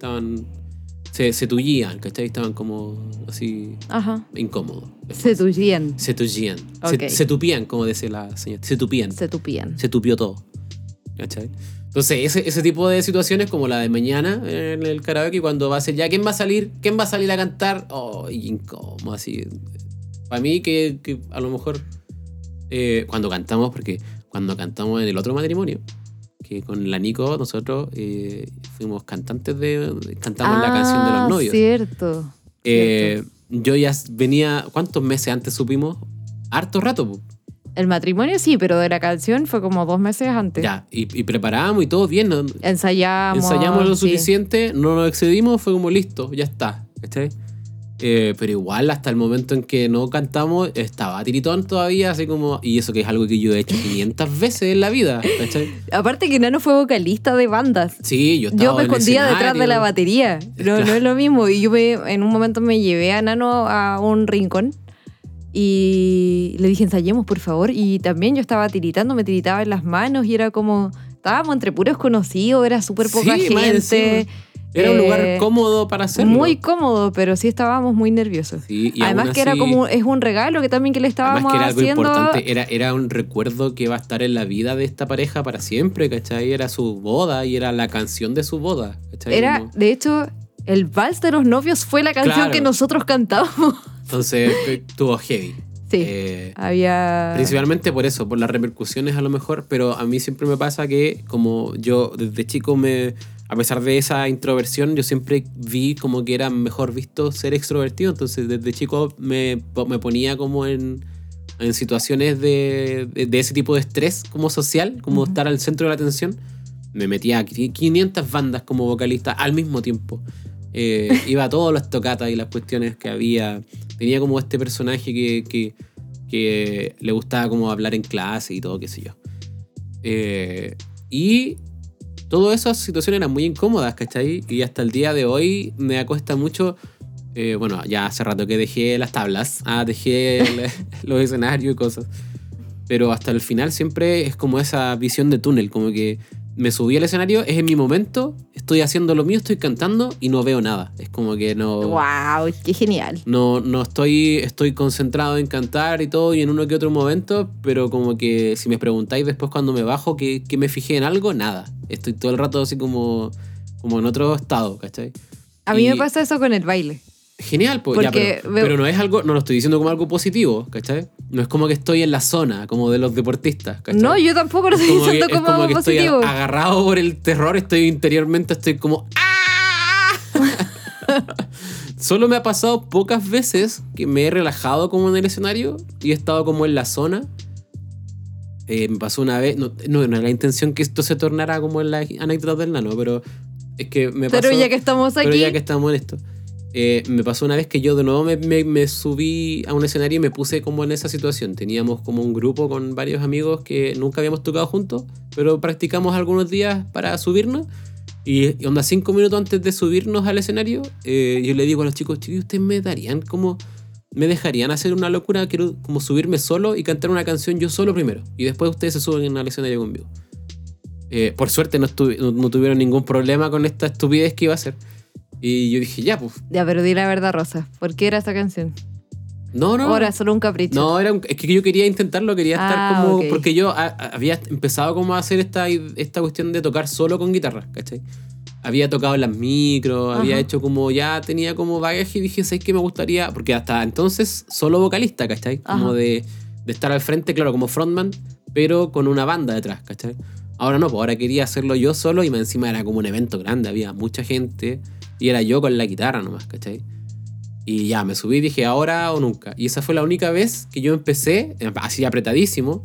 S2: Se tullían, ¿cachai? Estaban como así.
S1: Ajá.
S2: Incómodos.
S1: Se tullían.
S2: Okay. Se tupían, como dice la señora. Se tupían. Se tupió todo, ¿cachai? Entonces, ese tipo de situaciones como la de mañana en el karaoke, cuando va a ser ya, ¿quién va a salir a cantar? Oh, incómodo, así. Para mí que a lo mejor cuando cantamos, porque cuando cantamos en el otro matrimonio, que con la Nico nosotros fuimos cantantes cantamos la canción de los novios.
S1: Cierto.
S2: Yo ya venía, ¿cuántos meses antes supimos? Harto rato, po.
S1: El matrimonio sí, pero de la canción fue como 2 meses antes.
S2: Ya, y preparábamos y todo bien, ¿no? Ensayamos lo suficiente, no nos excedimos, fue como listo, ya está, ¿cachai? Pero igual hasta el momento en que no cantamos estaba tiritón todavía, así como... Y eso que es algo que yo he hecho 500 veces en la vida, ¿cachai?
S1: Aparte que Nano fue vocalista de bandas.
S2: Sí, yo estaba
S1: me escondía detrás de la batería. No es lo mismo. Y yo en un momento me llevé a Nano a un rincón y le dije, ensayemos, por favor. Y también yo estaba tiritando, me tiritaba en las manos y era como... Estábamos entre puros conocidos, era súper poca gente...
S2: Era un lugar cómodo para hacerlo.
S1: Muy cómodo, pero sí estábamos muy nerviosos.
S2: Sí, y
S1: además que era como es un regalo que también que le estábamos
S2: además que era
S1: haciendo.
S2: Algo importante, era un recuerdo que va a estar en la vida de esta pareja para siempre, ¿cachai? Era su boda y era la canción de su boda, ¿cachai?
S1: Era, de hecho, el vals de los novios fue la canción que nosotros cantábamos.
S2: Entonces, estuvo heavy.
S1: Sí, había...
S2: Principalmente por eso, por las repercusiones a lo mejor, pero a mí siempre me pasa que como yo desde chico a pesar de esa introversión, yo siempre vi como que era mejor visto ser extrovertido. Entonces, desde chico me ponía como en situaciones de ese tipo de estrés como social, como estar al centro de la atención. Me metía a 500 bandas como vocalista al mismo tiempo. Iba a todas las tocatas y las cuestiones que había. Tenía como este personaje que le gustaba como hablar en clase y todo, qué sé yo. Y... todas esas situaciones eran muy incómodas, ¿cachai? Y hasta el día de hoy me acuesta mucho... bueno, ya hace rato que dejé las tablas, dejé los escenarios y cosas. Pero hasta el final siempre es como esa visión de túnel, como que me subí al escenario, es en mi momento, estoy haciendo lo mío, estoy cantando y no veo nada. Es como que no...
S1: ¡Wow! ¡Qué genial!
S2: No estoy concentrado en cantar y todo y en uno que otro momento, pero como que si me preguntáis después cuando me bajo que me fijé en algo, nada. Estoy todo el rato así como en otro estado, ¿cachai?
S1: A mí me pasa eso con el baile.
S2: Genial, pues ya, pero no es algo, no lo estoy diciendo como algo positivo, ¿cachai? No es como que estoy en la zona, como de los deportistas, ¿cachai?
S1: No, yo tampoco lo estoy diciendo como algo
S2: que
S1: positivo.
S2: Estoy agarrado por el terror, estoy interiormente, estoy como ¡ah! Solo me ha pasado pocas veces que me he relajado como en el escenario y he estado como en la zona. Me pasó una vez, no era la intención que esto se tornara como en la anécdota del nano, pero es que me pasó.
S1: Pero ya que estamos aquí.
S2: Pero ya que estamos en esto. Me pasó una vez que yo de nuevo me subí a un escenario y me puse como en esa situación. Teníamos como un grupo con varios amigos que nunca habíamos tocado juntos, pero practicamos algunos días para subirnos. Y onda 5 minutos antes de subirnos al escenario, yo le digo a los chicos, ¿ustedes me dejarían hacer una locura? Quiero como subirme solo y cantar una canción yo solo primero. Y después ustedes se suben al escenario conmigo. Por suerte no tuvieron ningún problema con esta estupidez que iba a hacer. Y yo dije, ya, pues.
S1: Ya, pero di la verdad, Rosa. ¿Por qué era esa canción?
S2: No.
S1: Ahora, solo un capricho.
S2: No, es que yo quería intentarlo, quería estar como...
S1: Okay.
S2: Porque yo había empezado como a hacer esta cuestión de tocar solo con guitarra, ¿cachai? Había tocado en las micros, había hecho como... Ya tenía como bagaje y dije, ¿sabes qué me gustaría? Porque hasta entonces solo vocalista, ¿cachai? Como de estar al frente, claro, como frontman, pero con una banda detrás, ¿cachai? Ahora no, pues ahora quería hacerlo yo solo y más encima era como un evento grande, había mucha gente y era yo con la guitarra nomás, ¿cachai? Y ya, me subí y dije, ahora o nunca. Y esa fue la única vez que yo empecé, así apretadísimo,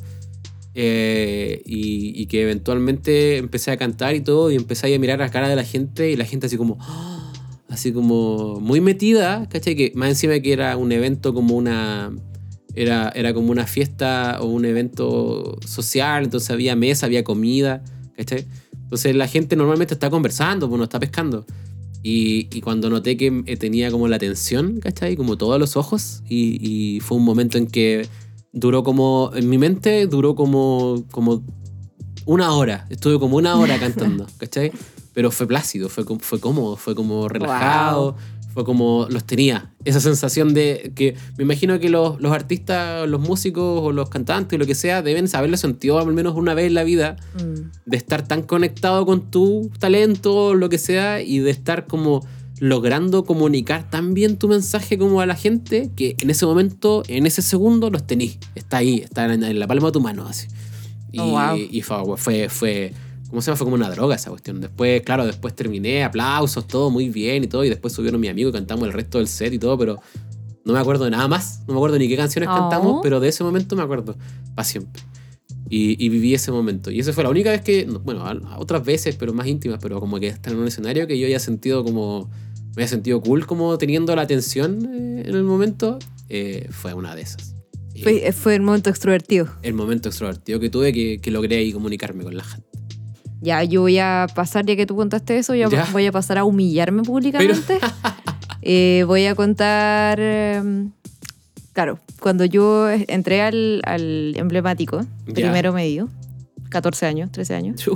S2: y que eventualmente empecé a cantar y todo, y empecé a mirar la cara de la gente, y la gente así como muy metida, ¿cachai? Que más encima que era un evento como era como una fiesta o un evento social, entonces había mesa, había comida, ¿cachai? Entonces la gente normalmente está conversando, pues no está pescando. Y cuando noté que tenía como la atención, ¿cachai? Como todos los ojos, y fue un momento en que duró como, en mi mente duró como una hora, estuve como una hora cantando, ¿cachai? Pero fue plácido, fue cómodo, fue como relajado, wow. Fue como los tenía, esa sensación de que me imagino que los artistas, los músicos o los cantantes, lo que sea, deben haberlo sentido al menos una vez en la vida, de estar tan conectado con tu talento, lo que sea, y de estar como logrando comunicar tan bien tu mensaje como a la gente, que en ese momento, en ese segundo, los tenís, está ahí, está en la palma de tu mano, así. Y, wow. Y fue ¿cómo se llama? Fue como una droga esa cuestión. Después terminé, aplausos, todo muy bien y todo. Y después subieron mi amigo y cantamos el resto del set y todo, pero no me acuerdo de nada más. No me acuerdo ni qué canciones cantamos, pero de ese momento me acuerdo para siempre. Y viví ese momento. Y esa fue la única vez que, bueno, otras veces, pero más íntimas, pero como que estar en un escenario que yo haya sentido como, me había sentido cool como teniendo la atención en el momento, fue una de esas.
S1: Fue el momento extrovertido.
S2: El momento extrovertido que tuve que logré ahí comunicarme con la gente.
S1: Ya, yo voy a pasar, ya que tú contaste eso, ¿Ya? Voy a pasar a humillarme públicamente. Voy a contar... claro, cuando yo entré al emblemático, primero medio, 14 años, 13 años,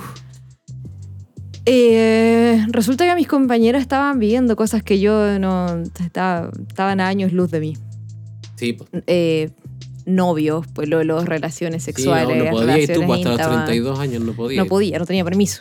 S1: resulta que mis compañeras estaban viviendo cosas que yo no... Estaban a años luz de mí.
S2: Sí, pues.
S1: Novios, pues las relaciones sexuales.
S2: Sí, no podía, y tú hasta
S1: íntimas.
S2: los 32 años no podía.
S1: No tenía permiso.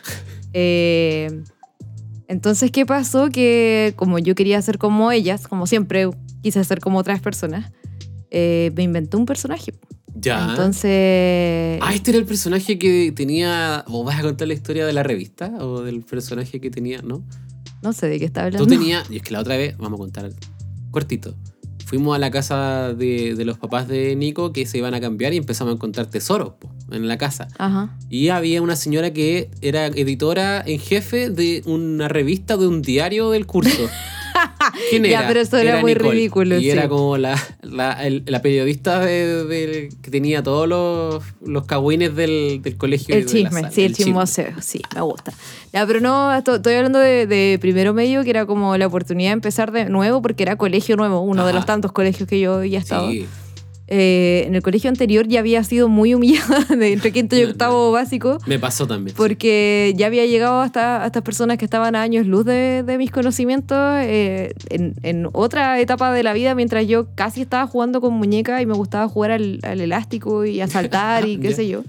S1: Entonces, ¿qué pasó? Que como yo quería ser como ellas, como siempre quise ser como otras personas, me inventé un personaje.
S2: Ya.
S1: Entonces...
S2: este era el personaje que tenía... ¿Vos vas a contar la historia de la revista? ¿O del personaje que tenía? ¿No?
S1: No sé de qué estaba hablando.
S2: Tú tenías... Y es que la otra vez, vamos a contar cortito. Fuimos a la casa de los papás de Nico que se iban a cambiar y empezamos a encontrar tesoros en la casa.
S1: Ajá.
S2: Y había una señora que era editora en jefe de una revista, de un diario del curso. ¿Quién era?
S1: Ya, pero eso era muy
S2: Nicole,
S1: ridículo.
S2: Y
S1: sí.
S2: era como la periodista que tenía todos los cagüines del colegio.
S1: El chisme, sí, el chismoseo, sí, me gusta. Ya, pero no, estoy hablando de primero medio, que era como la oportunidad de empezar de nuevo, porque era colegio nuevo, uno de los tantos colegios que yo había estado.
S2: Sí.
S1: En el colegio anterior ya había sido muy humillada entre quinto y octavo básico.
S2: Me pasó también.
S1: Porque ya había llegado hasta estas personas que estaban a años luz de mis conocimientos en otra etapa de la vida, mientras yo casi estaba jugando con muñecas y me gustaba jugar al elástico y a saltar y qué sé yo.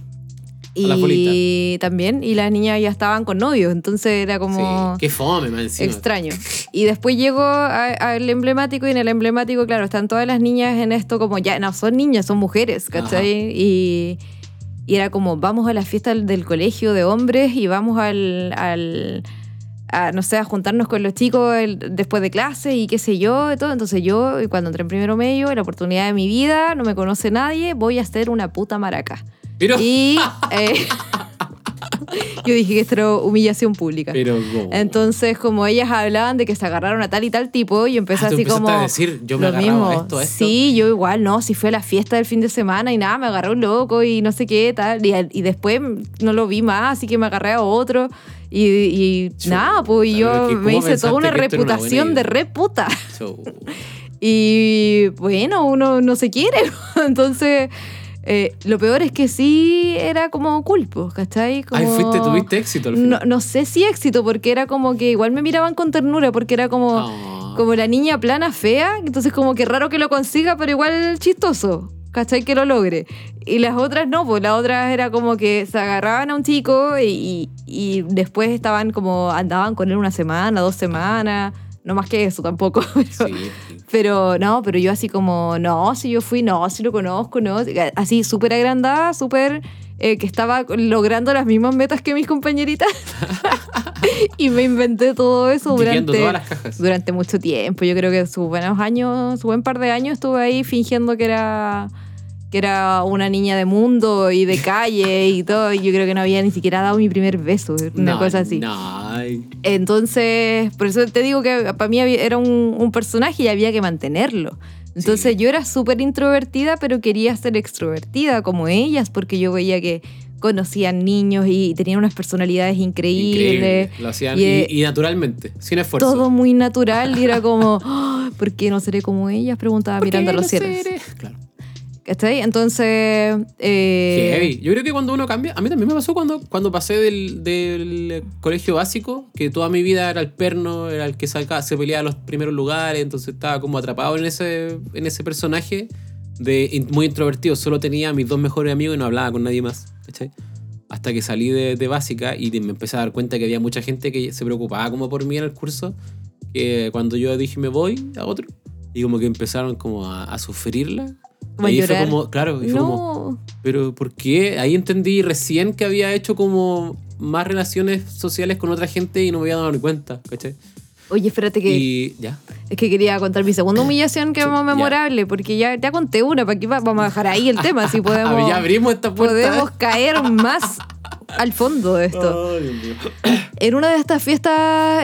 S1: Y también, y las niñas ya estaban con novios, entonces era como...
S2: Sí, qué fome, man, encima.
S1: Extraño. Y después llego al emblemático, y en el emblemático, claro, están todas las niñas en esto como, ya, no son niñas, son mujeres, ¿cachai? Y era como, vamos a la fiesta del colegio de hombres y vamos no sé, a juntarnos con los chicos después de clase y qué sé yo, y todo. Entonces yo, cuando entré en primero medio, la oportunidad de mi vida, no me conoce nadie, voy a ser una puta maraca.
S2: Pero...
S1: Y yo dije que esto era humillación pública.
S2: Pero ¿cómo?
S1: Entonces, como ellas hablaban de que se agarraron a tal y tal tipo, y empecé así como...
S2: a decir, yo me agarraba a esto.
S1: Sí, yo igual, no, si fue a la fiesta del fin de semana y nada, me agarré un loco y no sé qué, tal. Y después no lo vi más, así que me agarré a otro. Y nada, pues yo me hice toda una reputación de re puta. Y bueno, uno no se quiere. Entonces... lo peor es que sí era como culpo, ¿cachai? Como,
S2: tuviste éxito al final.
S1: No sé si éxito, porque era como que igual me miraban con ternura, porque era como la niña plana, fea, entonces como que raro que lo consiga, pero igual chistoso, ¿cachai? Que lo logre. Y las otras no, pues las otras era como que se agarraban a un chico y después andaban con él una semana, 2 semanas... No más que eso tampoco. Pero yo así como, no, si yo fui, no, si lo conozco, no. Así súper agrandada, súper que estaba logrando las mismas metas que mis compañeritas. Y me inventé todo eso durante mucho tiempo. Yo creo que su buen par de años estuve ahí fingiendo que era una niña de mundo y de calle y todo, y yo creo que no había ni siquiera dado mi primer beso, una cosa así. Entonces, por eso te digo que para mí era un personaje y había que mantenerlo. Entonces yo era súper introvertida, pero quería ser extrovertida como ellas, porque yo veía que conocían niños y tenían unas personalidades increíbles.
S2: Lo hacían y naturalmente, sin esfuerzo.
S1: Todo muy natural, y era como, ¿por qué no seré como ellas? Preguntaba mirando a los cielos.
S2: Claro.
S1: ¿Cachai? Entonces...
S2: Heavy. Yo creo que cuando uno cambia... A mí también me pasó cuando pasé del colegio básico, que toda mi vida era el perno, era el que se peleaba los primeros lugares, entonces estaba como atrapado en ese personaje muy introvertido. Solo tenía a mis 2 mejores amigos y no hablaba con nadie más, ¿cachai? Hasta que salí de básica y me empecé a dar cuenta que había mucha gente que se preocupaba como por mí en el curso, que cuando yo dije me voy a otro, y como que empezaron como a sufrirla.
S1: Como
S2: ahí
S1: llorar.
S2: fue como, claro, y fue como, pero ¿por qué? Ahí entendí recién que había hecho como más relaciones sociales con otra gente y no me había dado ni cuenta, ¿cachai?
S1: Oye, espérate que...
S2: Y ya.
S1: Es que quería contar mi segunda humillación, que es más memorable, porque ya conté una, ¿para qué vamos a dejar ahí el tema? Si podemos...
S2: ya abrimos esta puerta.
S1: Podemos caer más al fondo de esto.
S2: Oh, Dios mío.
S1: En una de estas fiestas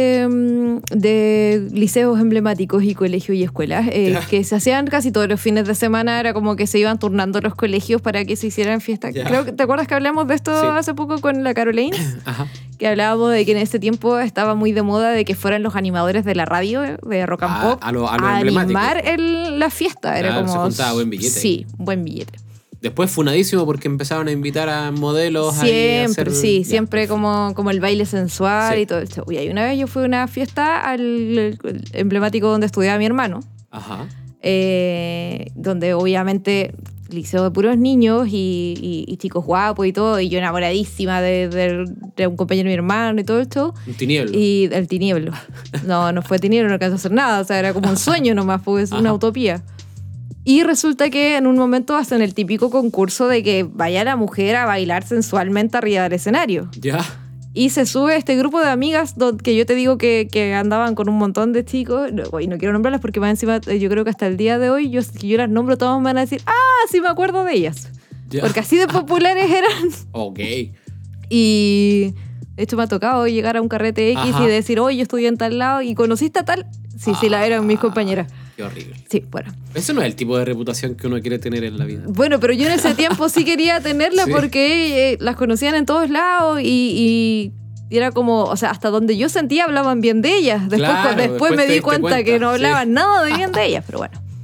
S1: de liceos emblemáticos y colegios y escuelas, que se hacían casi todos los fines de semana, era como que se iban turnando los colegios para que se hicieran fiestas. Creo que, ¿te acuerdas que hablamos de esto hace poco con la Caroline?
S2: Ajá.
S1: Que hablábamos de que en ese tiempo estaba muy de moda de que fueran los animadores de la radio, de Rock and Pop,
S2: a
S1: animar la fiesta. Era como...
S2: se juntaba buen billete.
S1: Sí, buen billete.
S2: Después funadísimo porque empezaron a invitar a modelos.
S1: Siempre,
S2: ahí
S1: siempre como el baile sensual y todo el show. Y una vez yo fui a una fiesta al emblemático donde estudiaba mi hermano.
S2: Ajá.
S1: Donde obviamente liceo de puros niños y chicos guapos y todo, y yo enamoradísima de un compañero de mi hermano y todo el show.
S2: Un tinieblo.
S1: Y el tinieblo. No fue tinieblo, no alcanzó a hacer nada, o sea, era como un sueño nomás, porque es una utopía. Y resulta que en un momento hacen el típico concurso de que vaya la mujer a bailar sensualmente arriba del escenario.
S2: Ya.
S1: Y se sube este grupo de amigas que yo te digo que andaban con un montón de chicos. Y no quiero nombrarlas porque más encima yo creo que hasta el día de hoy si yo las nombro todos me van a decir, sí me acuerdo de ellas. Ya. Porque así de populares eran.
S2: Ok.
S1: Y de hecho me ha tocado llegar a un carrete X y decir, oye, yo estudié en tal lado y conociste a tal. Sí, la eran mis compañeras.
S2: Qué horrible.
S1: Sí, bueno.
S2: Eso no es el tipo de reputación que uno quiere tener en la vida.
S1: Bueno, pero yo en ese tiempo sí quería tenerla porque las conocían en todos lados y era como, o sea, hasta donde yo sentía hablaban bien de ellas. Después me di cuenta que no hablaban nada de bien de ellas, pero bueno.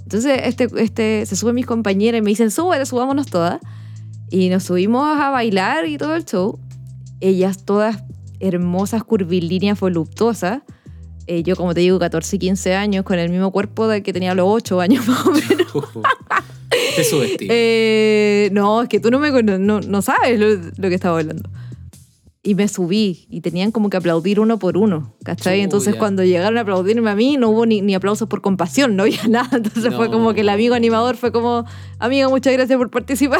S1: Entonces se suben mis compañeras y me dicen, subámonos todas. Y nos subimos a bailar y todo el show. Ellas todas hermosas, curvilíneas, voluptuosas. Yo, como te digo, 14, 15 años, con el mismo cuerpo del que tenía a los 8 años más o menos.
S2: Te subestimo.
S1: No, es que tú no sabes lo que estaba hablando. Y me subí y tenían como que aplaudir uno por uno, ¿cachai? Entonces cuando llegaron a aplaudirme a mí no hubo ni aplausos por compasión, no había nada. Entonces fue como que el amigo animador fue como, amiga, muchas gracias por participar.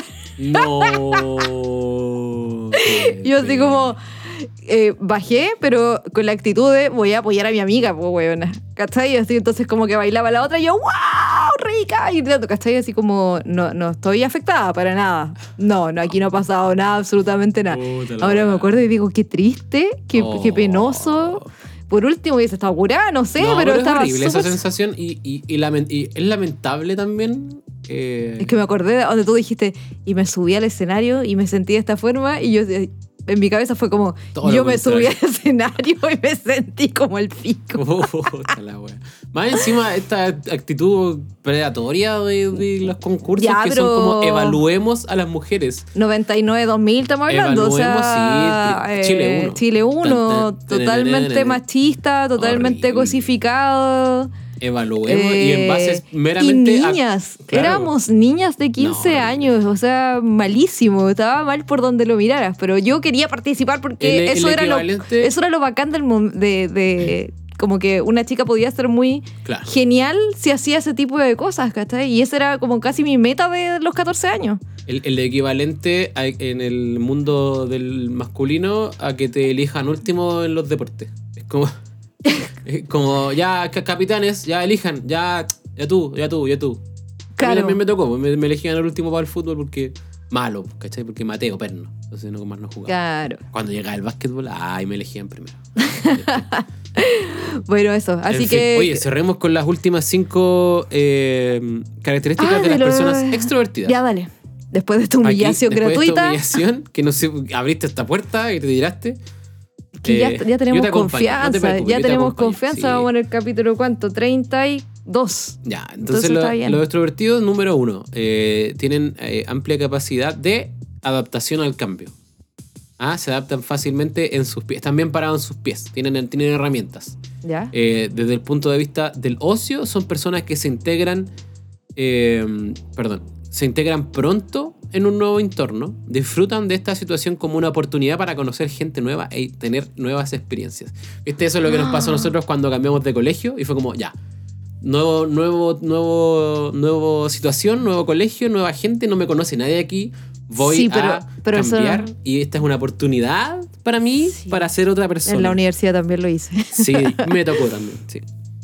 S2: No.
S1: Yo así como bajé, pero con la actitud de voy a apoyar a mi amiga, pues weona, ¿cachai? Y así entonces como que bailaba la otra y yo, ¡wow! ¡Rica! Y ¿cachai? Así como no estoy afectada para nada. No, aquí no ha pasado nada, absolutamente nada. Ahora me acuerdo y digo, qué triste, qué penoso. Por último hubiese estado curada, no sé, pero estaba
S2: horrible
S1: súper...
S2: esa sensación y es lamentable también.
S1: Es que me acordé de donde tú dijiste y me subí al escenario y me sentí de esta forma y yo... En mi cabeza fue como, yo me subí al escenario y me sentí como el pico.
S2: Más encima, esta actitud predatoria de los concursos ya, que son como evaluemos a las mujeres.
S1: 99-2000 estamos hablando.
S2: Evaluemos, sí,
S1: Chile 1, totalmente machista, totalmente cosificado.
S2: Evaluemos y en bases meramente...
S1: Y niñas, éramos niñas de 15 años, o sea, malísimo, estaba mal por donde lo miraras, pero yo quería participar porque eso era lo bacán de como que una chica podía ser muy genial si hacía ese tipo de cosas, ¿cachai? Y esa era como casi mi meta de los 14 años.
S2: El equivalente en el mundo del masculino a que te elijan último en los deportes. Es como ya capitanes, ya elijan, ya tú.
S1: Claro.
S2: A mí también me tocó, me elegían el último para el fútbol porque malo, ¿cachai? Porque Mateo, perno. Entonces no más no jugaba.
S1: Claro.
S2: Cuando llegaba el básquetbol, me elegían primero.
S1: Bueno, eso. Así que...
S2: Oye, cerremos con las últimas 5 características de las personas extrovertidas.
S1: Ya, dale. Después de esta humillación gratuita.
S2: De esta humillación, que no sé, abriste esta puerta y te tiraste.
S1: Que ya tenemos confianza. Ya tenemos confianza.
S2: Sí.
S1: Vamos en el capítulo, ¿cuánto? 32.
S2: Ya, entonces los extrovertidos, número 1, tienen amplia capacidad de adaptación al cambio. Se adaptan fácilmente en sus pies. Están bien parados en sus pies. Tienen herramientas.
S1: ¿Ya?
S2: Desde el punto de vista del ocio, son personas que se integran pronto en un nuevo entorno, disfrutan de esta situación como una oportunidad para conocer gente nueva y tener nuevas experiencias. Eso es lo que nos pasó a nosotros cuando cambiamos de colegio y fue como, ya, nuevo situación, nuevo colegio, nueva gente, no me conoce nadie aquí, voy a cambiar y esta es una oportunidad para mí para ser otra persona.
S1: En la universidad también lo hice.
S2: Sí, me tocó también, sí.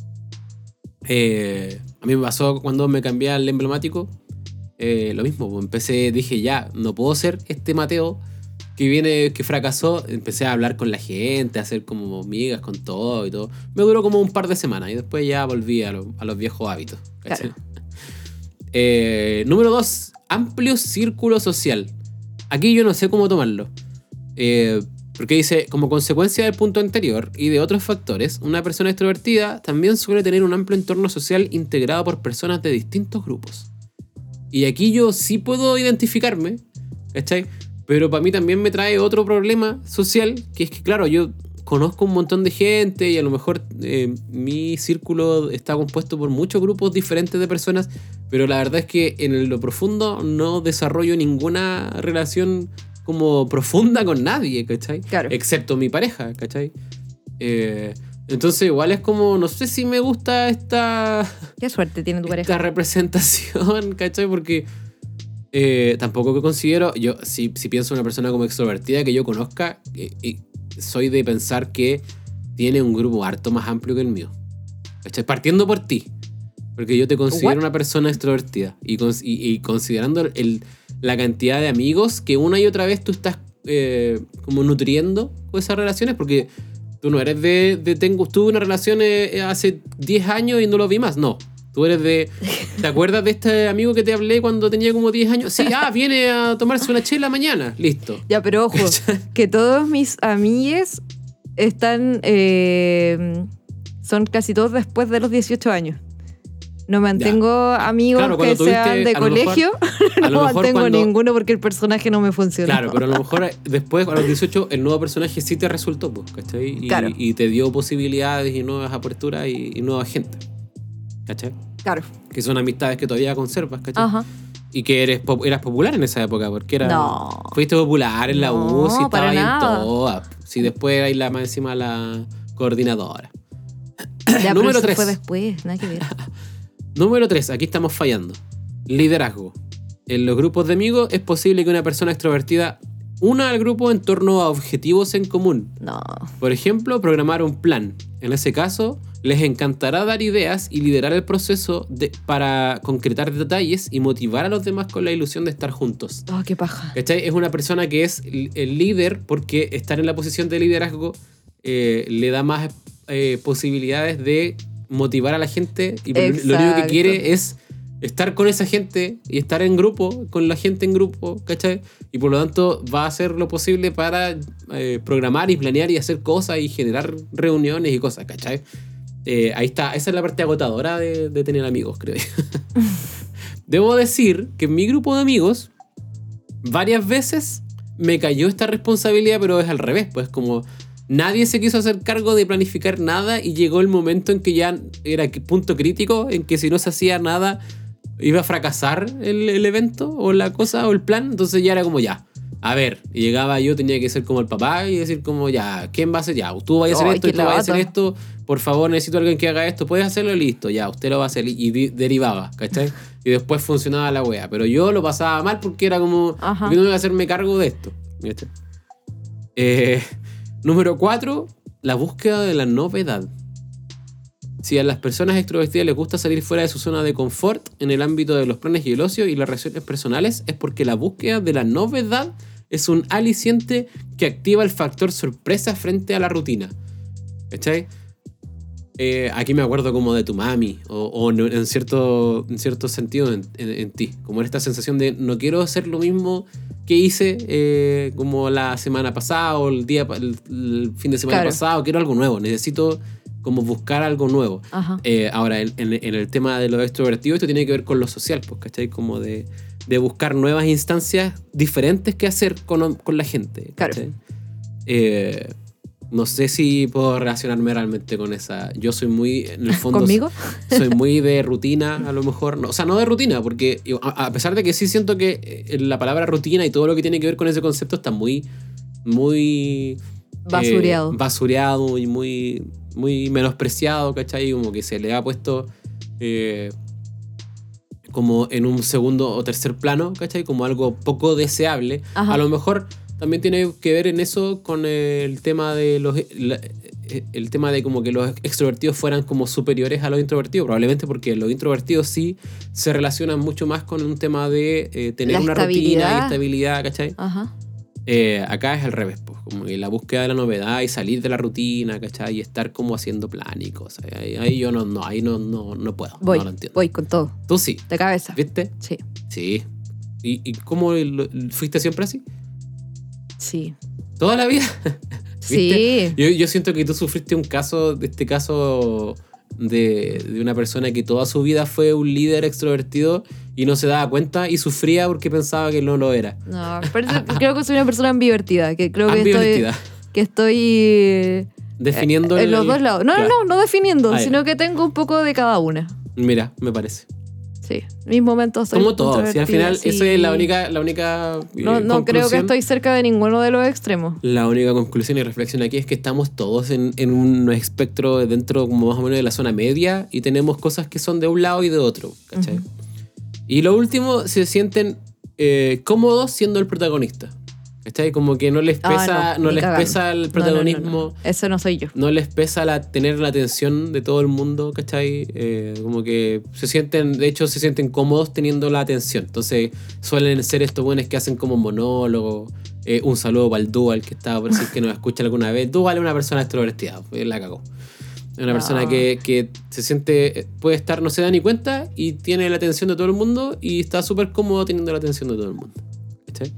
S2: A mí me pasó cuando me cambié al emblemático. Lo mismo, dije ya, no puedo ser este Mateo que fracasó. Empecé a hablar con la gente, a hacer como amigas con todo y todo. Me duró como un par de semanas y después ya volví a los viejos hábitos.
S1: Claro.
S2: Número 2, amplio círculo social. Aquí yo no sé cómo tomarlo. Porque dice, como consecuencia del punto anterior y de otros factores, una persona extrovertida también suele tener un amplio entorno social integrado por personas de distintos grupos. Y aquí yo sí puedo identificarme, ¿cachai? Pero para mí también me trae otro problema social, que es que, claro, yo conozco un montón de gente y a lo mejor mi círculo está compuesto por muchos grupos diferentes de personas, pero la verdad es que en lo profundo no desarrollo ninguna relación como profunda con nadie, ¿cachai?
S1: Claro.
S2: Excepto mi pareja, ¿cachai? Entonces igual es como, no sé si me gusta esta...
S1: Qué suerte tiene tu pareja.
S2: Esta representación, ¿cachai? Porque tampoco que considero... Yo, si pienso en una persona como extrovertida que yo conozca, soy de pensar que tiene un grupo harto más amplio que el mío. ¿Cachai? Partiendo por ti. Porque yo te considero una persona extrovertida. Y considerando la cantidad de amigos que una y otra vez tú estás como nutriendo con esas relaciones, porque... Tú no eres tuve una relación hace 10 años y no lo vi más. No. Tú eres ¿te acuerdas de este amigo que te hablé cuando tenía como 10 años? Sí, viene a tomarse una chela mañana. Listo.
S1: Ya, pero ojo, que todos mis amigues están... son casi todos después de los 18 años. No mantengo amigos
S2: Claro,
S1: que
S2: cuando tuviste,
S1: sean de
S2: a lo mejor-
S1: colegio.
S2: a lo
S1: No
S2: mejor
S1: mantengo
S2: cuando-
S1: ninguno porque el personaje no me funcionó.
S2: Claro, pero a lo mejor después, a los 18, el nuevo personaje sí te resultó, pues, ¿cachai?
S1: Claro.
S2: Y te dio posibilidades y nuevas aperturas y nueva gente, ¿cachai?
S1: Claro.
S2: Que son amistades que todavía conservas, ¿cachai?
S1: Ajá.
S2: Y que eras popular en esa época, porque
S1: No.
S2: fuiste popular en la
S1: No,
S2: U, si estaba
S1: para
S2: ahí en
S1: nada.
S2: todas. Si después hay más encima la coordinadora.
S1: Ya,
S2: Número
S1: pero eso
S2: 3.
S1: fue después, nada que ver.
S2: Número 3, aquí estamos fallando. Liderazgo. En los grupos de amigos es posible que una persona extrovertida una al grupo en torno a objetivos en común.
S1: No.
S2: Por ejemplo, programar un plan. En ese caso, les encantará dar ideas y liderar el proceso para concretar detalles y motivar a los demás con la ilusión de estar juntos.
S1: Oh, qué paja.
S2: ¿Cachai? Es una persona que es el líder porque estar en la posición de liderazgo le da más posibilidades de motivar a la gente y lo único que
S1: Exacto.
S2: quiere es estar con esa gente y estar en grupo, con la gente en grupo, ¿cachai? Y por lo tanto va a hacer lo posible para programar y planear y hacer cosas y generar reuniones y cosas, ¿cachai? Ahí está, esa es la parte agotadora de tener amigos, creo yo. Debo decir que en mi grupo de amigos varias veces me cayó esta responsabilidad, pero es al revés, pues como nadie se quiso hacer cargo de planificar nada y llegó el momento en que ya era punto crítico, en que si no se hacía nada iba a fracasar el evento o la cosa o el plan, entonces ya era como ya. A ver, y llegaba yo, tenía que ser como el papá y decir como ya, ¿quién va a hacer? Ya, tú vas a hacer
S1: Ay,
S2: esto y
S1: qué
S2: tú vas a hacer
S1: lata.
S2: esto, por favor necesito a alguien que haga esto, ¿puedes hacerlo? Listo, ya, usted lo va a hacer y derivaba, ¿cachai? Y después funcionaba la wea, pero yo lo pasaba mal porque era como,
S1: Ajá.
S2: ¿por qué no voy a hacerme cargo de esto? ¿Viste? Número 4, la búsqueda de la novedad. Si a las personas extrovertidas les gusta salir fuera de su zona de confort en el ámbito de los planes y el ocio y las relaciones personales, es porque la búsqueda de la novedad es un aliciente que activa el factor sorpresa frente a la rutina. ¿Cachai? Aquí me acuerdo como de tu mami, o en cierto sentido en ti. Como esta sensación de no quiero hacer lo mismo que hice como la semana pasada o el fin de semana
S1: Claro.
S2: pasado. Quiero algo nuevo, necesito como buscar algo nuevo.
S1: Ajá.
S2: Ahora, en el tema de los extrovertidos, esto tiene que ver con lo social, pues, ¿cachai? Como de buscar nuevas instancias diferentes que hacer con la gente, ¿cachai? No sé si puedo relacionarme realmente con esa. Yo soy muy, en el fondo...
S1: ¿Conmigo?
S2: Soy muy de rutina, a lo mejor. No, o sea, no de rutina, porque a pesar de que sí siento que la palabra rutina y todo lo que tiene que ver con ese concepto está muy
S1: Basureado.
S2: basureado y muy menospreciado, ¿cachai? Como que se le ha puesto como en un segundo o tercer plano, ¿cachai? Como algo poco deseable.
S1: Ajá.
S2: A lo mejor también tiene que ver en eso con el tema de el tema de como que los extrovertidos fueran como superiores a los introvertidos, probablemente porque los introvertidos sí se relacionan mucho más con un tema de tener
S1: La
S2: una rutina
S1: estabilidad.
S2: y estabilidad, ¿cachai?
S1: Ajá.
S2: Acá es al revés, pues, como que la búsqueda de la novedad y salir de la rutina, ¿cachai? Y estar como haciendo plan y cosas. Ahí yo no puedo,
S1: Voy,
S2: no lo entiendo.
S1: voy con todo.
S2: Tú sí,
S1: De cabeza.
S2: ¿viste?
S1: Sí.
S2: Sí. ¿Y cómo fuiste siempre así?
S1: Sí.
S2: ¿Toda la vida?
S1: Sí.
S2: Yo siento que tú sufriste un caso, este caso de una persona que toda su vida fue un líder extrovertido y no se daba cuenta y sufría porque pensaba que no lo era.
S1: No, creo que soy una persona ambivertida. Que creo que
S2: Ambivertida.
S1: estoy
S2: Definiendo
S1: en los dos lados. No,
S2: claro.
S1: no definiendo,
S2: Ah, ya.
S1: sino que tengo un poco de cada una.
S2: Mira, me parece.
S1: Sí. Mis momentos soy
S2: Como todo, si al final
S1: introvertida,
S2: esa
S1: sí.
S2: es la única
S1: No creo que
S2: conclusión.
S1: estoy cerca de ninguno de los extremos.
S2: La única conclusión y reflexión aquí es que estamos todos en un espectro dentro como más o menos de la zona media y tenemos cosas que son de un lado y de otro, ¿cachai?
S1: Ujú.
S2: Y lo último, se sienten cómodos siendo el protagonista, ¿cachai? Como que no les pesa,
S1: no,
S2: no
S1: ni
S2: les
S1: cagando.
S2: pesa el
S1: No,
S2: protagonismo.
S1: no. Eso no soy yo.
S2: No les pesa tener la atención de todo el mundo, ¿cachai? Como que de hecho se sienten cómodos teniendo la atención. Entonces suelen ser estos buenos que hacen como monólogos. Un saludo para el Dual que estaba por si es que nos escucha alguna vez. Dual es una persona extrovertida, la cagó. Es una persona que se siente, puede estar, no se da ni cuenta y tiene la atención de todo el mundo y está súper cómodo teniendo la atención de todo el mundo, ¿cachai?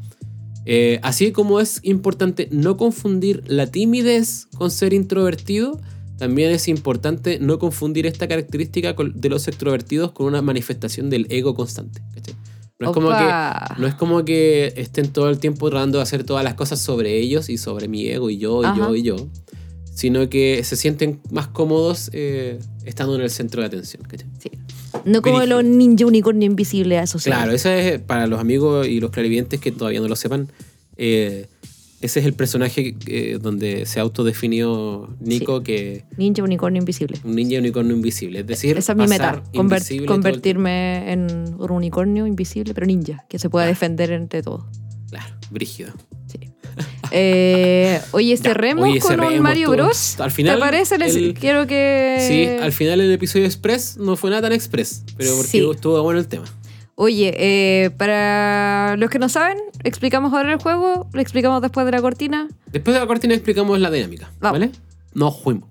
S2: Así como es importante no confundir la timidez con ser introvertido, también es importante no confundir esta característica de los extrovertidos con una manifestación del ego constante. ¿Cachai? No es como que estén todo el tiempo tratando de hacer todas las cosas sobre ellos y sobre mi ego y yo, sino que se sienten más cómodos estando en el centro de atención. ¿Cachai?
S1: Sí. No como los ninja unicornio invisibles asociados.
S2: Claro, eso es para los amigos y los clarividentes que todavía no lo sepan. Ese es el personaje donde se autodefinió Nico, sí. Que
S1: ninja unicornio invisible.
S2: Un ninja unicornio invisible. Es decir,
S1: esa es mi meta, convertirme en un unicornio invisible, pero ninja, que se pueda defender entre todos.
S2: Claro, brígido.
S1: Sí. Oye, cerremos con un Mario Bros.
S2: Al final,
S1: ¿te parece? Quiero que...
S2: Sí, al final el episodio express no fue nada tan express, pero porque estuvo bueno el tema.
S1: Oye, para los que no saben, explicamos ahora el juego, lo explicamos después de la cortina.
S2: Después de la cortina explicamos la dinámica, ¿vale? Nos fuimos.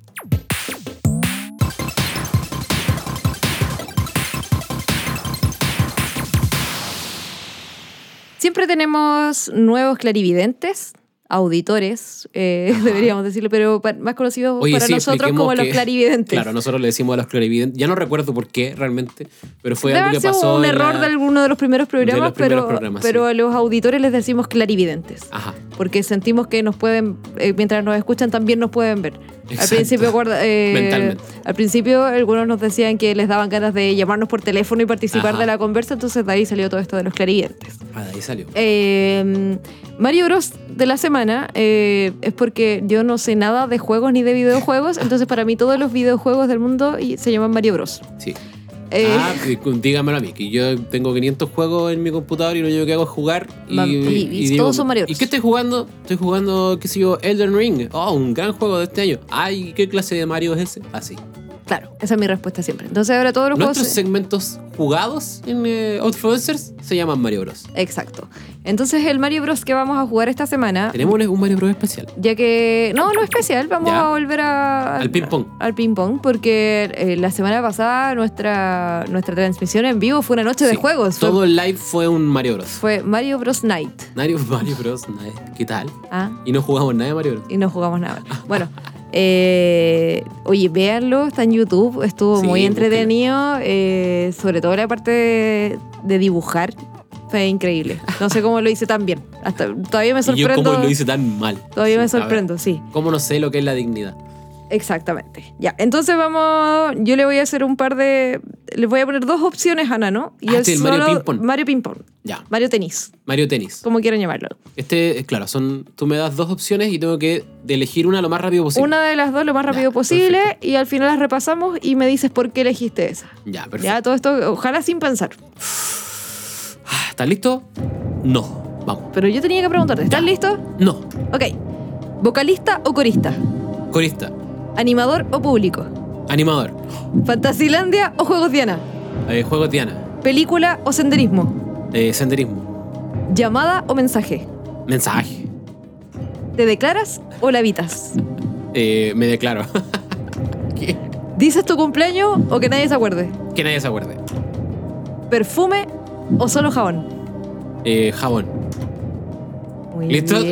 S1: Siempre tenemos nuevos clarividentes, auditores, deberíamos decirlo, pero más conocidos para nosotros como los clarividentes.
S2: Claro, nosotros le decimos a los clarividentes. Ya no recuerdo por qué realmente, pero fue algo que pasó.
S1: Un error de alguno de los primeros programas, pero a los auditores les decimos clarividentes.
S2: Ajá.
S1: Porque sentimos que nos pueden, mientras nos escuchan, también nos pueden ver.
S2: Exacto.
S1: Mentalmente. Al principio algunos nos decían que les daban ganas de llamarnos por teléfono y participar de la conversa, entonces de ahí salió todo esto de los clarividentes.
S2: De ahí salió.
S1: Mario Bros. De la semana es porque yo no sé nada de juegos ni de videojuegos, entonces para mí todos los videojuegos del mundo se llaman Mario Bros.
S2: Sí. Dígamelo a mí, que yo tengo 500 juegos en mi computador y lo único que hago es jugar y
S1: digo, todos son Mario Bros.
S2: ¿Y qué estoy jugando? Estoy jugando, qué sé yo, Elden Ring. Oh, un gran juego de este año. Ay, ¿qué clase de Mario es ese? Así.
S1: Claro, esa es mi respuesta siempre. Entonces ahora todos los
S2: Nuestros
S1: juegos...
S2: segmentos jugados en Outfluencers se llaman Mario Bros.
S1: Exacto. Entonces el Mario Bros que vamos a jugar esta semana...
S2: Tenemos un Mario Bros especial.
S1: Ya que... No especial. Vamos a volver
S2: al ping-pong.
S1: Al ping-pong, porque la semana pasada nuestra transmisión en vivo fue una noche de juegos.
S2: Todo el live fue un Mario Bros.
S1: Fue Mario Bros Night.
S2: Mario Bros Night. ¿Qué tal? Y no jugamos nada de Mario Bros.
S1: Y no jugamos nada. Bueno... oye, véanlo, está en YouTube, estuvo muy entretenido, sobre todo la parte de dibujar, fue increíble. No sé cómo lo hice tan bien, todavía me sorprendo.
S2: Y yo cómo lo hice tan mal.
S1: Todavía me sorprendo, sí.
S2: Cómo no sé lo que es la dignidad.
S1: Exactamente. Ya, entonces yo le voy a hacer les voy a poner 2 opciones a Nano. Y
S2: el Mario Ping-Pong.
S1: Mario Ping-Pong.
S2: Ya.
S1: Mario Tenis.
S2: Mario Tenis.
S1: Como quieran llamarlo.
S2: Claro, tú me das 2 opciones y tengo que elegir una lo más rápido posible.
S1: Una de las 2 lo más rápido posible, perfecto. Y al final las repasamos y me dices por qué elegiste esa.
S2: Ya, perfecto.
S1: Ya, todo esto, ojalá sin pensar.
S2: ¿Estás listo? No. Vamos.
S1: Pero yo tenía que preguntarte, ¿estás listo?
S2: No.
S1: Ok. ¿Vocalista o corista?
S2: Corista.
S1: ¿Animador o público?
S2: Animador.
S1: ¿Fantasilandia o Juegos Diana?
S2: Juegos Diana.
S1: ¿Película o senderismo?
S2: Senderismo.
S1: ¿Llamada o mensaje?
S2: Mensaje.
S1: ¿Te declaras o la evitas?
S2: Me declaro. ¿Qué?
S1: ¿Dices tu cumpleaños o que nadie se acuerde?
S2: Que nadie se acuerde.
S1: ¿Perfume o solo jabón?
S2: Jabón.
S1: Muy
S2: ¿Listo?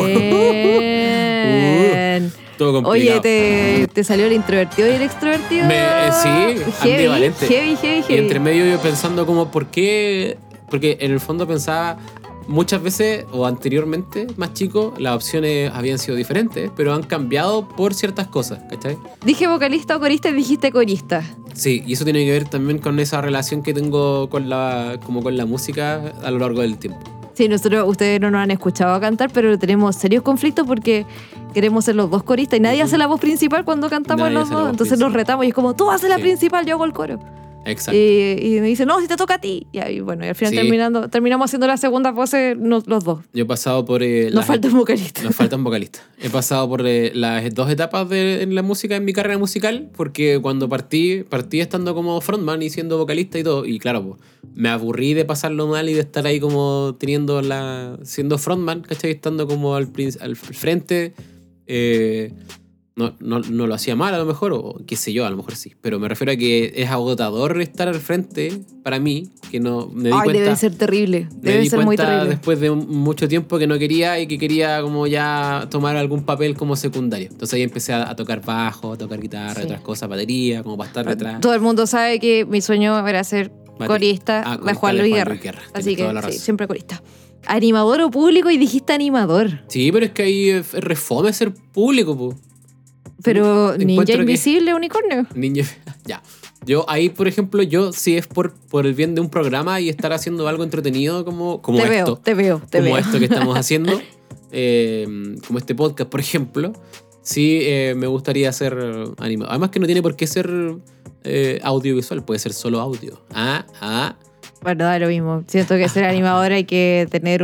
S1: Bien.
S2: Todo complicado.
S1: Oye, ¿te salió el introvertido y el extrovertido?
S2: Sí, ambivalente.
S1: Heavy.
S2: Y entre medio yo pensando como, ¿por qué? Porque en el fondo pensaba, muchas veces o anteriormente, más chico, las opciones habían sido diferentes, pero han cambiado por ciertas cosas, ¿cachai?
S1: Dije vocalista o corista y dijiste corista.
S2: Sí, y eso tiene que ver también con esa relación que tengo con la música a lo largo del tiempo.
S1: Sí, ustedes no nos han escuchado cantar, pero tenemos serios conflictos porque queremos ser los 2 coristas y nadie hace la voz principal cuando cantamos los 2. Entonces nos retamos y es como, tú haces la principal, yo hago el coro.
S2: Exacto.
S1: Y me dice, no, si te toca a ti. Y bueno, y al final terminamos haciendo la segunda pose los 2.
S2: Yo he pasado por...
S1: Nos falta un vocalista.
S2: Nos falta un vocalista. He pasado por las 2 etapas en la música, en mi carrera musical, porque cuando partí estando como frontman y siendo vocalista y todo, y claro, pues, me aburrí de pasarlo mal y de estar ahí como siendo frontman, ¿cachai? Estando como al frente, No lo hacía mal a lo mejor, o qué sé yo, a lo mejor sí. Pero me refiero a que es agotador estar al frente para mí, que no me di cuenta.
S1: Debe ser terrible.
S2: Me
S1: Debe
S2: di
S1: ser muy
S2: cuenta
S1: terrible.
S2: después de mucho tiempo que no quería y que quería como ya tomar algún papel como secundario. Entonces ahí empecé a tocar bajo, a tocar guitarra,
S1: Sí.
S2: otras cosas, batería, como para estar detrás.
S1: Todo el mundo sabe que mi sueño era ser corista de Juan Luis Guerra. Así que sí, siempre corista. Animador o público, y dijiste animador.
S2: Sí, pero es que ahí es refome ser público, po.
S1: Pero
S2: Encuentro
S1: Ninja
S2: que-
S1: Invisible, unicornio.
S2: Niño, ya. Yo ahí, por ejemplo, yo si es por el bien de un programa y estar haciendo algo entretenido como
S1: Te
S2: esto.
S1: veo.
S2: Como esto que estamos haciendo, como este podcast, por ejemplo, sí me gustaría ser animado. Además que no tiene por qué ser audiovisual, puede ser solo audio.
S1: Bueno, da lo mismo. Siento que ser animador hay que tener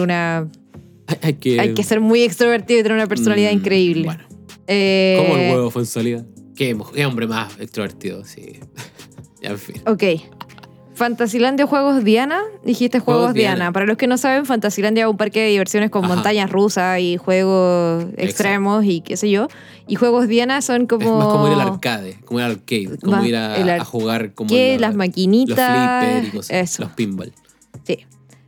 S2: Hay
S1: hay que ser muy extrovertido y tener una personalidad increíble.
S2: Bueno, como el huevo fue en salida. Qué hombre más extrovertido, sí. Ya, en fin.
S1: Ok. Fantasylandia Juegos Diana. Dijiste Juegos
S2: Juegos Diana.
S1: Diana. Para los que no saben, Fantasylandia es un parque de diversiones con
S2: Ajá.
S1: montañas rusas y juegos extremos y qué sé yo. Y Juegos Diana son como...
S2: Es más como ir al arcade, como ir al arcade, como
S1: Más
S2: ir
S1: el
S2: a jugar como
S1: que
S2: los
S1: las maquinitas.
S2: los flipper y cosas,
S1: Eso.
S2: los pinball.
S1: Sí.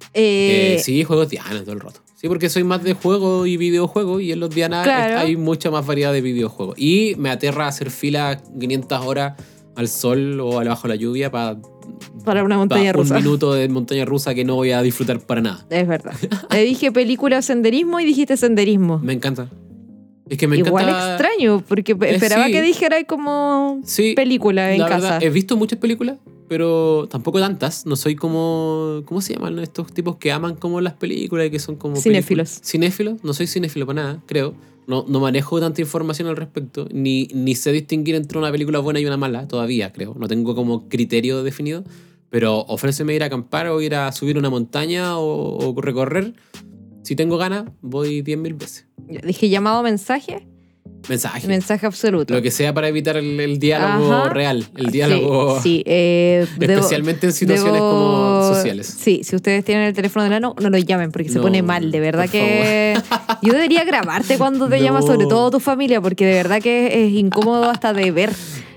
S2: Sí, juegos Diana todo el rato. Sí, porque soy más de juego y videojuego y en los Diana
S1: Claro.
S2: hay mucha más variedad de videojuegos. Y me aterra hacer fila 500 horas al sol o bajo la lluvia para
S1: Para una montaña rusa.
S2: un minuto de montaña rusa que no voy a disfrutar para nada.
S1: Es verdad. Te dije película o senderismo y dijiste senderismo.
S2: Me encanta. Es que me
S1: Igual
S2: encanta.
S1: extraño, porque esperaba
S2: sí.
S1: que dijera como
S2: Sí,
S1: película en
S2: la
S1: casa.
S2: verdad, he visto muchas películas, pero tampoco tantas. No soy como... ¿Cómo se llaman estos tipos que aman como las películas y que son como...
S1: Cinéfilos.
S2: Cinéfilos. No soy cinéfilo para nada, creo. No manejo tanta información al respecto. Ni sé distinguir entre una película buena y una mala, todavía, creo. No tengo como criterio definido. Pero ofréceme ir a acampar o ir a subir una montaña o recorrer. Si tengo ganas, voy 10.000 veces.
S1: Dije llamado mensaje.
S2: Mensaje.
S1: Mensaje absoluto.
S2: Lo que sea para evitar el diálogo
S1: Ajá.
S2: real. El diálogo...
S1: Sí,
S2: Especialmente en situaciones como sociales.
S1: Sí, si ustedes tienen el teléfono de Nano, no lo llamen porque se
S2: No,
S1: pone mal. De verdad
S2: por
S1: que yo debería grabarte cuando te
S2: No.
S1: llamas, sobre todo tu familia, porque de verdad que es incómodo hasta de ver.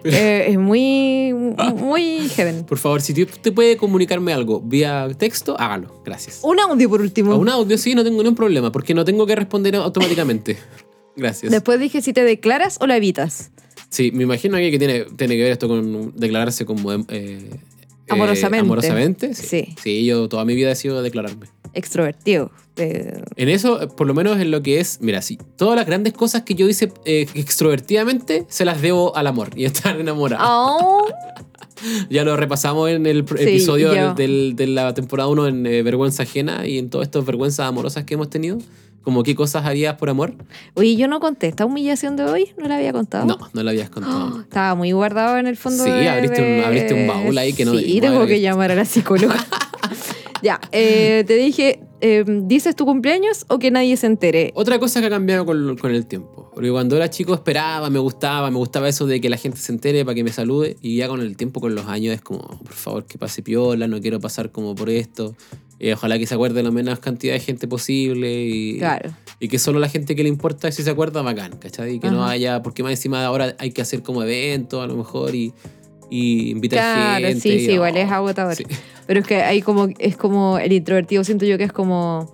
S1: Es muy heaven.
S2: Por favor, si usted puede comunicarme algo vía texto, hágalo. Gracias.
S1: Un audio por último.
S2: A un audio sí, no tengo ningún problema, porque no tengo que responder automáticamente. Gracias.
S1: Después dije si te declaras o la evitas.
S2: Sí, me imagino que tiene que ver esto con declararse como...
S1: Amorosamente.
S2: Amorosamente,
S1: Sí.
S2: sí. Sí, yo toda mi vida he sido declararme.
S1: Extrovertido.
S2: En eso, por lo menos en lo que es... Mira, sí, todas las grandes cosas que yo hice extrovertidamente se las debo al amor y a estar enamorado.
S1: Oh,
S2: Ya lo repasamos en el
S1: Sí,
S2: episodio
S1: ya.
S2: de la temporada 1 en Vergüenza Ajena y en todas estas vergüenzas amorosas que hemos tenido. Como qué cosas harías por amor.
S1: oye, yo no conté esta humillación de hoy, no la había contado.
S2: No la habías contado.
S1: Estaba muy guardado en el fondo.
S2: Sí, abriste un baúl ahí que no
S1: Sí,
S2: debimos
S1: tengo
S2: haber
S1: que
S2: visto.
S1: llamar a la psicóloga. Ya, te dije, ¿dices tu cumpleaños o que nadie se entere?
S2: Otra cosa que ha cambiado con el tiempo. Porque cuando era chico esperaba, me gustaba eso de que la gente se entere para que me salude. Y ya con el tiempo, con los años, es como, por favor, que pase piola, no quiero pasar como por esto. Ojalá que se acuerde la menos cantidad de gente posible. Y,
S1: Claro.
S2: y que solo la gente que le importa, si se acuerda, bacán, ¿cachai? Y que no
S1: Ajá.
S2: haya, porque más encima ahora hay que hacer como eventos a lo mejor y invitar
S1: Claro,
S2: gente.
S1: sí,
S2: y,
S1: sí, igual es agotador.
S2: sí.
S1: Pero es que es como el introvertido, siento yo que es como,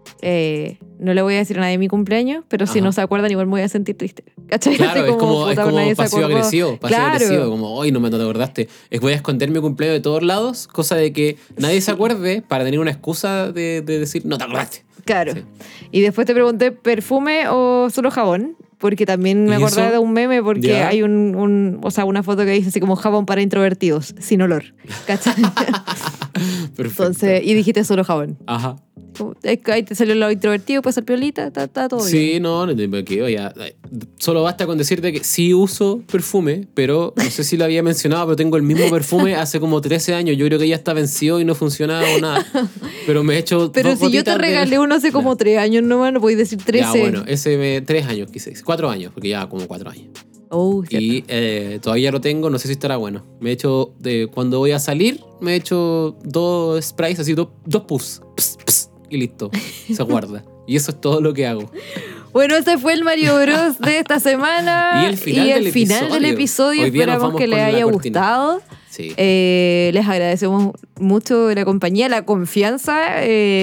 S1: no le voy a decir a nadie mi cumpleaños, pero si
S2: Ajá.
S1: no se acuerdan igual me voy a sentir triste. ¿Cachai?
S2: Claro,
S1: Así
S2: es como
S1: puta, nadie se
S2: pasivo
S1: acordó.
S2: agresivo,
S1: Claro.
S2: como hoy no te acordaste. Voy a esconder mi cumpleaños de todos lados, cosa de que nadie se acuerde para tener una excusa de decir no te acordaste.
S1: Claro.
S2: Sí.
S1: Y después te pregunté, ¿perfume o solo jabón? Porque también me
S2: ¿Y
S1: acordaba
S2: eso?
S1: de un meme porque
S2: Ya.
S1: hay o sea, una foto que dice así como jabón para introvertidos, sin olor. ¿Cachai?
S2: Perfecto.
S1: Entonces, y dijiste solo jabón.
S2: Ajá.
S1: Como, es que ahí te salió lo introvertido, puede ser piolita, está todo bien.
S2: Sí, no te que ya. Solo basta con decirte que sí uso perfume, pero no sé si lo había mencionado, pero tengo el mismo perfume hace como 13 años. Yo creo que ya está vencido y no funciona o nada. Pero me he hecho
S1: Pero
S2: dos
S1: si yo te
S2: gotitas de-
S1: regalé uno hace como 3 años nomás, no podéis decir 13.
S2: Ya, bueno, 3 años quise decir. 4 años, porque ya como 4 años.
S1: Oh, cierto.
S2: Y todavía lo tengo, no sé si estará bueno. Me he hecho, cuando voy a salir, me he hecho 2 sprays, así, dos puffs. Ps, ps, y listo, se guarda. Y eso es todo lo que hago.
S1: Bueno, ese fue el Mario Bros de esta semana.
S2: Y el final del
S1: episodio.
S2: Hoy día nos
S1: Esperamos
S2: vamos
S1: que les
S2: con la
S1: haya
S2: cortina.
S1: gustado.
S2: Sí.
S1: Les agradecemos mucho la compañía, la confianza.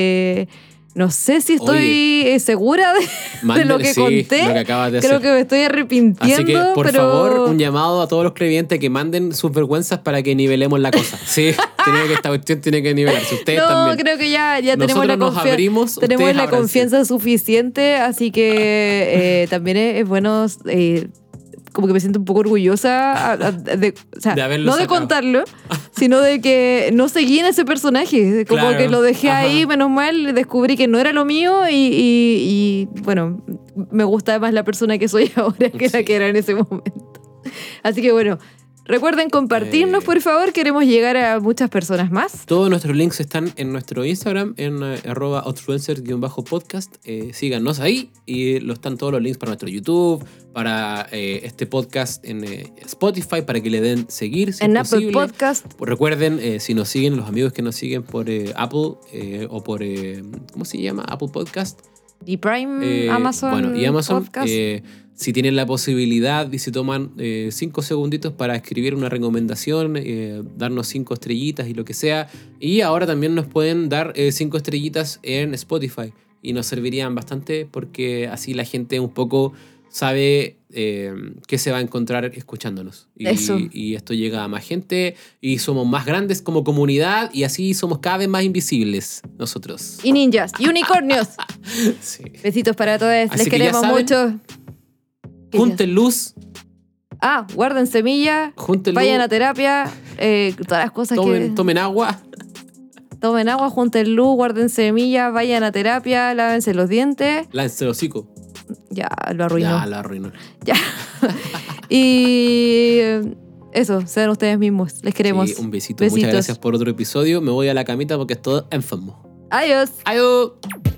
S1: No sé si estoy segura de lo que conté.
S2: Lo que acabas de
S1: Creo
S2: hacer.
S1: que me estoy arrepintiendo.
S2: Así que, por
S1: pero...
S2: favor, un llamado a todos los creyentes que manden sus vergüenzas para que nivelemos la cosa. Sí, esta cuestión tiene que nivelarse. Ustedes también.
S1: Creo que ya tenemos la
S2: nos abrimos,
S1: tenemos
S2: ustedes
S1: la
S2: ábranse.
S1: confianza suficiente, así que también es bueno... como que me siento un poco orgullosa de
S2: haberlo
S1: no de
S2: sacado.
S1: contarlo, sino de que no seguí en ese personaje. Como
S2: Claro.
S1: que lo dejé
S2: Ajá.
S1: ahí, menos mal, descubrí que no era lo mío y bueno, me gusta más la persona que soy ahora que la
S2: Sí.
S1: que era en ese momento. Así que bueno, recuerden compartirnos, por favor. Queremos llegar a muchas personas más.
S2: Todos nuestros links están en nuestro Instagram, en @outfluencer_podcast. Síganos ahí y están todos los links para nuestro YouTube, para este podcast en Spotify, para que le den seguir si
S1: En
S2: es
S1: Apple
S2: posible.
S1: Podcast.
S2: Recuerden, si nos siguen, los amigos que nos siguen por Apple o por, ¿cómo se llama? Apple Podcast.
S1: Y Prime, Amazon.
S2: Bueno, y Amazon,
S1: Podcast.
S2: si tienen la posibilidad y se toman 5 segunditos para escribir una recomendación, darnos 5 estrellitas y lo que sea. Y ahora también nos pueden dar 5 estrellitas en Spotify. Y nos servirían bastante porque así la gente un poco sabe qué se va a encontrar escuchándonos.
S1: Eso.
S2: Y esto llega a más gente y somos más grandes como comunidad y así somos cada vez más invisibles nosotros.
S1: Y ninjas, y unicornios.
S2: Sí.
S1: Besitos para todos.
S2: Así
S1: Les
S2: que ya
S1: queremos
S2: saben,
S1: mucho.
S2: Junten luz,
S1: Guarden semilla.
S2: junten
S1: Vayan
S2: luz,
S1: a terapia. Todas las cosas
S2: tomen agua.
S1: Tomen agua, junten luz, guarden semilla, vayan a terapia, lávense los dientes.
S2: Láncense el hocico.
S1: Ya, lo arruinó.
S2: Ya, la arruinó.
S1: Ya. Y eso, sean ustedes mismos. Les queremos.
S2: Sí, un besito.
S1: Besitos.
S2: Muchas gracias por otro episodio. Me voy a la camita porque es todo enfermo.
S1: Adiós.
S2: Adiós.